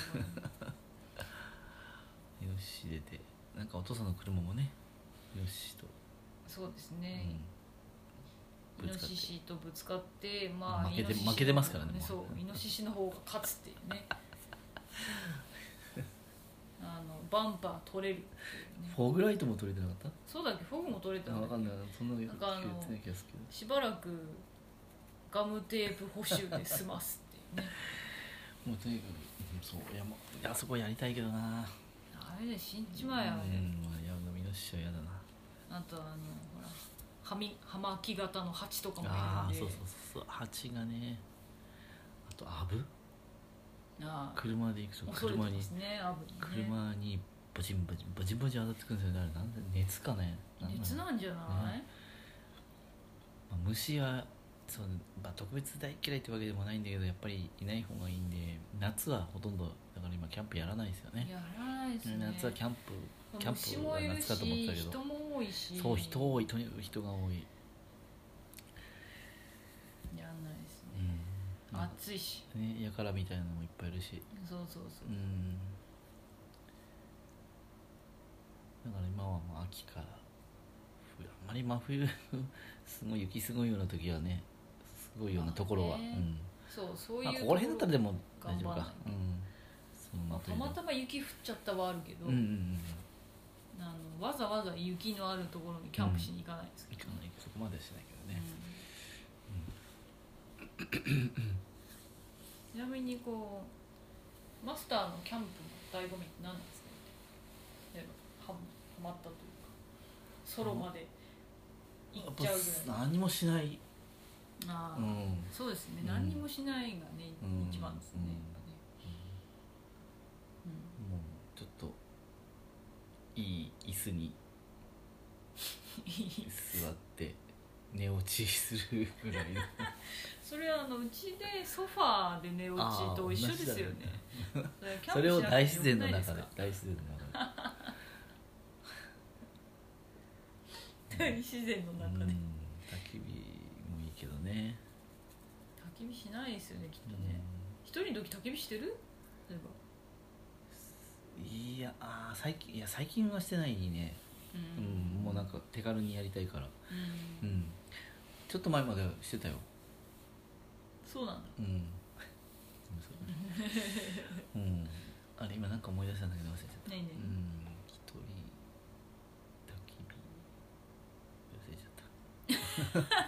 イノシシ出て、なんかお父さんの車もねイノシシと、 そうですね、うん、イノシシとぶつかって、 まあ負けて負けてますからね。 そうイノシシの方が勝つっていうねあのバンパー取れるっていうね。 フォグライトも取れてなかった？ そうだっけ、フォグも取れたの。 分かんない、そんなのなんかあの気がするけど、 しばらくガムテープ補修で済ますっていうねもうとにかくそう、いやもうあそこやりたいけどな。 あれで死んじまえよ、あれ。 うん、まあ、いやイノシシは嫌だな。 あとあのほらはみ葉巻型の蜂とかもいるんで。 ああ、そうそうそう、蜂がね。あとアブ、 ああ、 車で行くと車に、 ね、アブにね、 車にボチンボチンボチンボチン当たってくるんですよね。あれなんで、熱かね。 熱なんじゃない、ね、 まあ、虫はそう、まあ、特別大嫌いってわけでもないんだけど、やっぱりいない方がいいんで、夏はほとんどだから今キャンプやらないですよね。 やらないですね。 夏はキャンプキャンプは夏かと思ってたけど、 人も多いし、 そう人多い、とにかく人が多い。 やんないですね、うん、暑いしね、やからみたいなのもいっぱいいるし、 そうそうそう、 うん、だから今はもう秋から冬、あんまり真冬すごい雪すごいような時はね、すごいようなところは、うん、 そうそういう、 まあ、ここら辺だったらでも大丈夫か、うん、 そんなたまたま雪降っちゃったはあるけど、 うんうんうん、あのわざわざ雪のあるところにキャンプしに行かないですけど、 ね、うん、行かない、そこまではしないけどね、 うんうん、ちなみにこうマスターのキャンプの醍醐味って何なんですか？例えばはまったというか、ソロまで行っちゃうぐらい。 何もしない。 ああ、うん、そうですね、うん、何もしないがね、うん、一番ですね、うん、やっぱね、 うん、もうちょっといい椅子に座って寝落ちするぐらいのそれはあのうちでソファーで寝落ちと一緒ですよね。 それを大自然の中で、大自然の中で大自然の中で、うん、 焚き火もいいけどね。 焚き火しないですよね、きっとね。一、うん、人の時焚き火してる？例えばいやあ最近いや最近はしてないね、うん、うん、もうなんか手軽にやりたいから、うん、うん、ちょっと前まではしてたよ。 そうなんだ。 うん、うん、あれ今なんか思い出したんだけど忘れちゃった。 何々、 うん、一人焚き火忘れちゃった、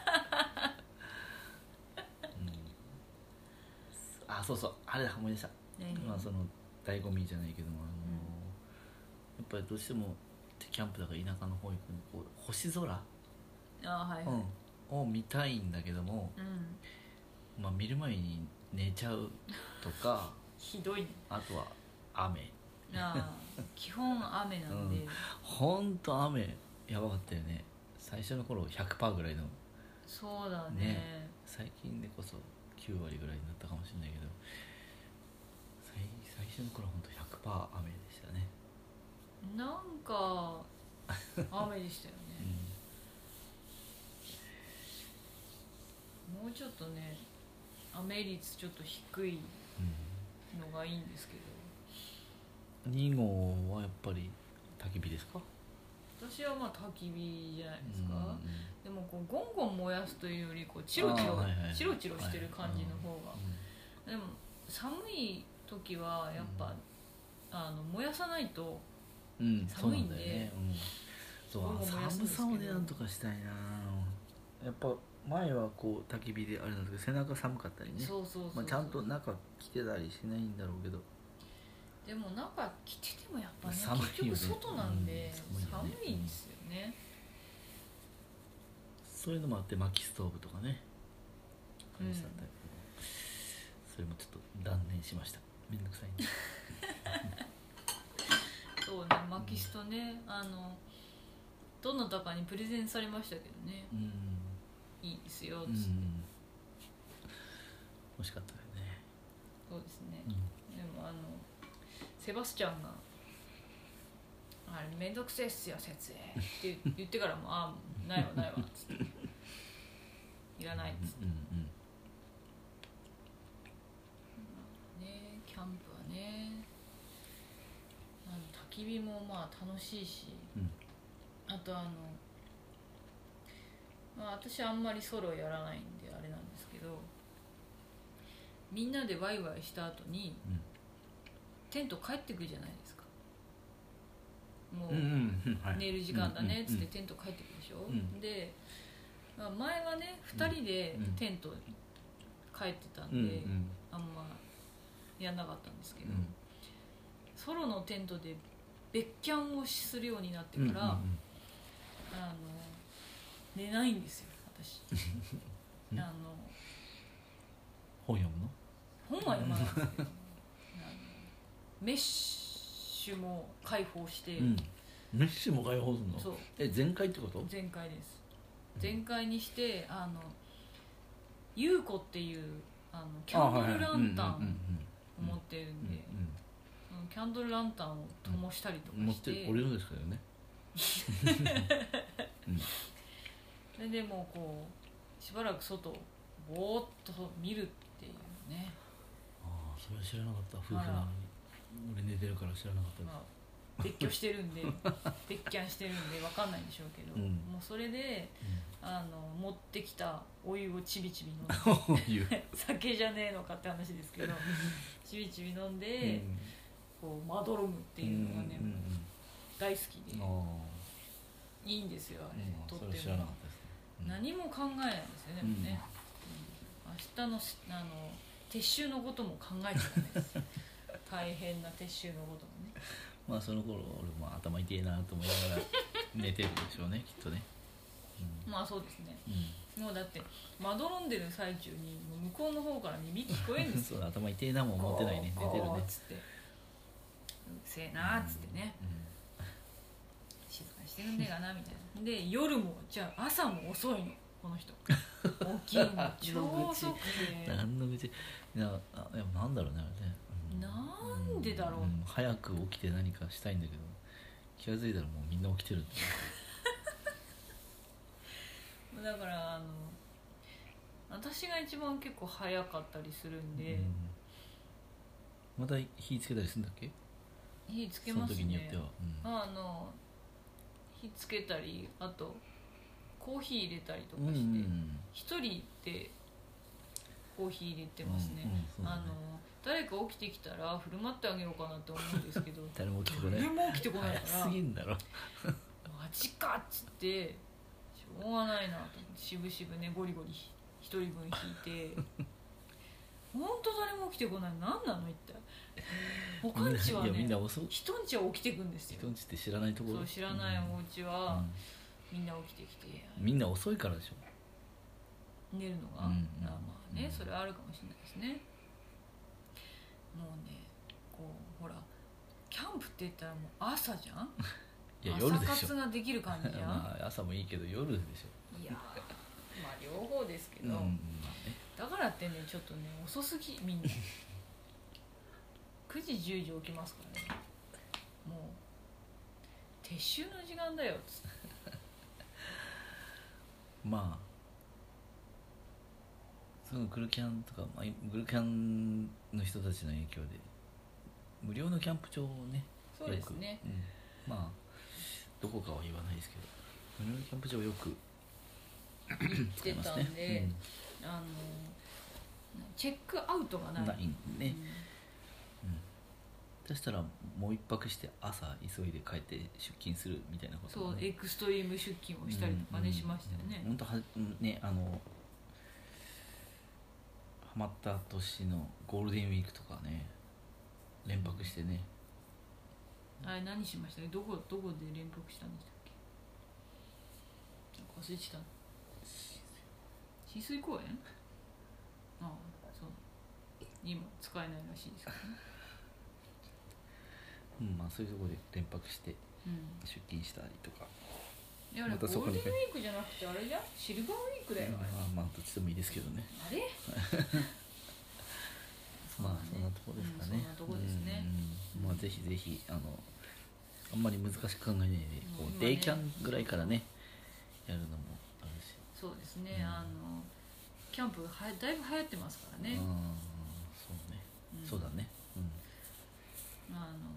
うん、あそうそうあれだ思い出した。まあその醍醐味じゃないけども、あのーうん、やっぱりどうしてもキャンプだから田舎の方行くのこう星空、 あ、はいはい、 うん、を見たいんだけども、 うん、 まあ、見る前に寝ちゃうとかひどい、ね、 あとは雨、 あ基本雨なんで、うん、 ほんと雨やばかったよね最初の頃 ひゃくパーセント ぐらいの。 そうだ ね, ね最近でこそきゅうわりぐらいになったかもしれないけど最, 最初の頃はほんと ひゃくパーセント 雨でしたね。 なんか雨でしたよね、うん、もうちょっとね雨率ちょっと低いのがいいんですけど、 に号はやっぱり焚き火ですか？ 私はまあ焚き火じゃないですか、うんうん、でもこうゴンゴン燃やすというよりこうチロチロ、はいはいはい、チロチロしてる感じの方が、はいうん、でも寒い時はやっぱ、うん、あの燃やさないと寒いんで、うん、そうなんだよね、うん、 そう寒さをねなんとかしたいな。やっぱ前はこう焚き火であれなんですけど背中寒かったりね、 そうそうそうそう、 まあ、ちゃんと中着てたりしないんだろうけど、 でも中着ててもやっぱね、まあ、結局外なんで、うん、寒いんですよね、 そういうのもあって薪ストーブとかね、うん、それもちょっと断念しました。めんどくさいんでそうね、薪ストね、あのどなたかにプレゼンされましたけどね、うん、いいですよっつって、うん、 欲しかったよね。 そうですね、うん、でもあのセバスチャンがあれめんどくせえっすよ設営って言ってからもあないわないわっつっていらないっつって、うんうんうんね、キャンプはねあの焚き火もまあ楽しいし、うん、あとあの、まあ、私あんまりソロやらないんであれなんですけどみんなでワイワイした後に、うん、テント帰ってくるじゃないですか。もう寝る時間だねっつってテント帰ってくるでしょ、うん、で、まあ、前はねふたりでテント帰ってたんで、うんうん、あんまやんなかったんですけど、うん、ソロのテントで別キャンをするようになってから、うんうんうん、あの寝ないんですよ私あの本読むの？ 本は読まないんですけどメッシュも開放して、うん、 メッシュも開放するの？ そうえ全開ってこと？ 全開です、うん、全開にしてあの優子っていうあのキャンドルランタンを持ってるんでキャンドルランタンを灯したりとかして、うん、持って俺のですけどねうん、で, でもこうしばらく外をぼーっと見るっていうね。 ああそれは知らなかった。夫婦なのに俺寝てるから知らなかったです、まあ、別居してるんで別キャンしてるんで分かんないんでしょうけど、うん、もうそれで、うん、あの持ってきたお湯をちびちび飲んで酒じゃねえのかって話ですけどちびちび飲んで、うん、こうまどろむっていうのがね、うんうんうん、大好きでいいんですよあれ、うん、とってもそれ知らなかったですね、うん、何も考えないんですよね、うんもねうん、明日のあの撤収のことも考えちゃダメです大変な撤収のこともね。 まあその頃俺も頭痛いなと思いながら寝てるでしょうねきっとね、 うん、まあそうですね、うん、もうだってまどろんでる最中に向こうの方から耳聞こえるんですよそう頭痛いなも思ってないね寝てるねっつってうるせえなっつってね、うんうん、静かにしてるんねえかなみたいなで夜もじゃあ朝も遅いのこの人起きるの超遅くて何の愚痴いやなんだろうねあれね、 うん、なんでだろう、うん、 早く起きて何かしたいんだけど気が付いたらもうみんな起きてるんだだからあの私が一番結構早かったりするんで、うん、 また火つけたりするんだっけ？ 火つけそのますね。 時によっては、うんあの火つけたり、あとコーヒー入れたりとかうんして、 うん一人でコーヒー入れてますね。 うんうんそうだねあの誰か起きてきたら振る舞ってあげようかなって思うんですけど誰も起きてこない誰も起きてこないから早すぎんだろマジかっつってしょうがないなと思ってしぶしぶねゴリゴリ一人分引いて本当誰も起きてこない。何なの一体。他んちはいやみんねな遅い人んちは起きてくんですよ。 人んちって知らないところそう知らないお家うんはみんな起きてきてうんみんな遅いからでしょ。 寝るのが、 うんうんあまあねうんそれはあるかもしれないですね。もうねこうほらキャンプって言ったらもう朝じゃん。 いや夜でしょ朝活ができる感じじゃん、 まあ朝もいいけど夜でしょ。 いやーまあ両方ですけど、 うんうんまあねだからってねちょっとね遅すぎみんなくじじゅうじ起きますからね。もう撤収の時間だよっつってまあそのグルキャンとか、まあ、グルキャンの人たちの影響で無料のキャンプ場をねそうですねよく、うん、まあどこかは言わないですけど無料のキャンプ場をよく行ってたんで、あのチェックアウトがない。 ないんでね、 うんうん、そしたらもう一泊して朝急いで帰って出勤するみたいなことそうもねエクストリーム出勤をしたりとかね、 うんしましたよね。 本当はねあのハマった年のゴールデンウィークとかね連泊してね、 あれ何しましたっけ。どこどこで連泊したんでしたっけ。なんか忘れてた。浸水公園。ああそう今使えないらしいですけどね。 うんまあそういうところで連泊してうん出勤したりとか、 いやあれゴまたそこにールデンウィークじゃなくてあれじゃんシルバーウィークだよ、あれまあまあどっちでもいいですけどねあれまあそんなところですかね、 うんそんなとこですねうんうんまあぜひぜひあのあんまり難しく考えないでこう、 うん今ねデイキャンぐらいからねやるのもあるしそうですね、 うんあのキャンプはだいぶ流行ってますからね、 うんそうね、 うんそうだねうんあの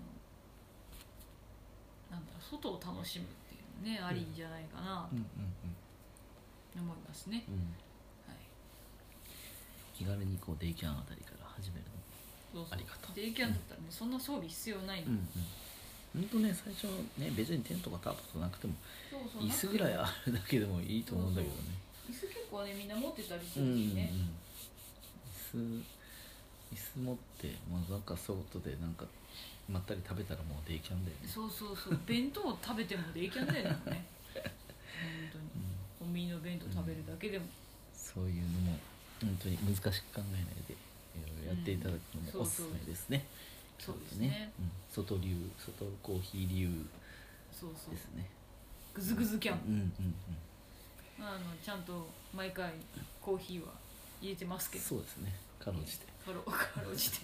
なんだろう外を楽しむっていうのね、ありじゃないかなとうんうん思いますね、 うんうんはい、 気軽にこうデイキャンあたりから始めるのそうそうありがとうデイキャンだったらね、そんな装備必要ないの、 うんうんほんとね最初ね別にテントかタープとかなくてもそうそう椅子ぐらいあるだけでもいいと思うんだけどね椅子結構ねみんな持ってたりすうんうんうんるしね、 椅子椅子持ってもうなんか外でなんかまったり食べたらもうデイキャンだよねそうそうそう弁当を食べてもデイキャンだよね本当にうんコンビニの弁当食べるだけでも、 そういうのも本当に難しく考えないでいろいろやっていただくのもおすすめですね、 そうですね、 うん、外流外コーヒー流そうそうですねグズグズキャンプ、 うんうんうんあのちゃんと毎回コーヒーは入れてますけどそうですねかろうじてかろかろうじて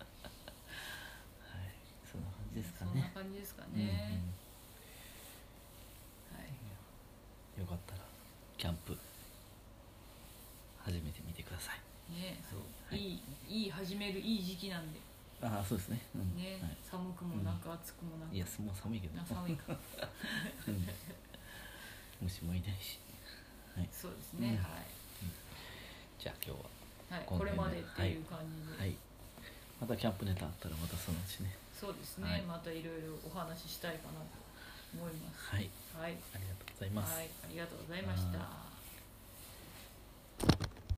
はいそんな感じですかそんなね感じですかうんうんね、はいよかったらキャンプ始めてみてくださいねそう、 はいい、いいい始めるいい時期なんでああそうですね、うんね、 はい寒くもなく暑くもなく、 いやもう寒いけどあ寒いかうん虫もいないし、はい、 そうですね、 うんはいじゃあ今日はい、 このこれま辺ででっていう感じで、 ははいまたキャンプネタあったらまたそのうちねそうですね、 はいまたいろいろお話ししたいかなと思います。 はいはい、 ありがとうございます、 はい、ありがとうございました。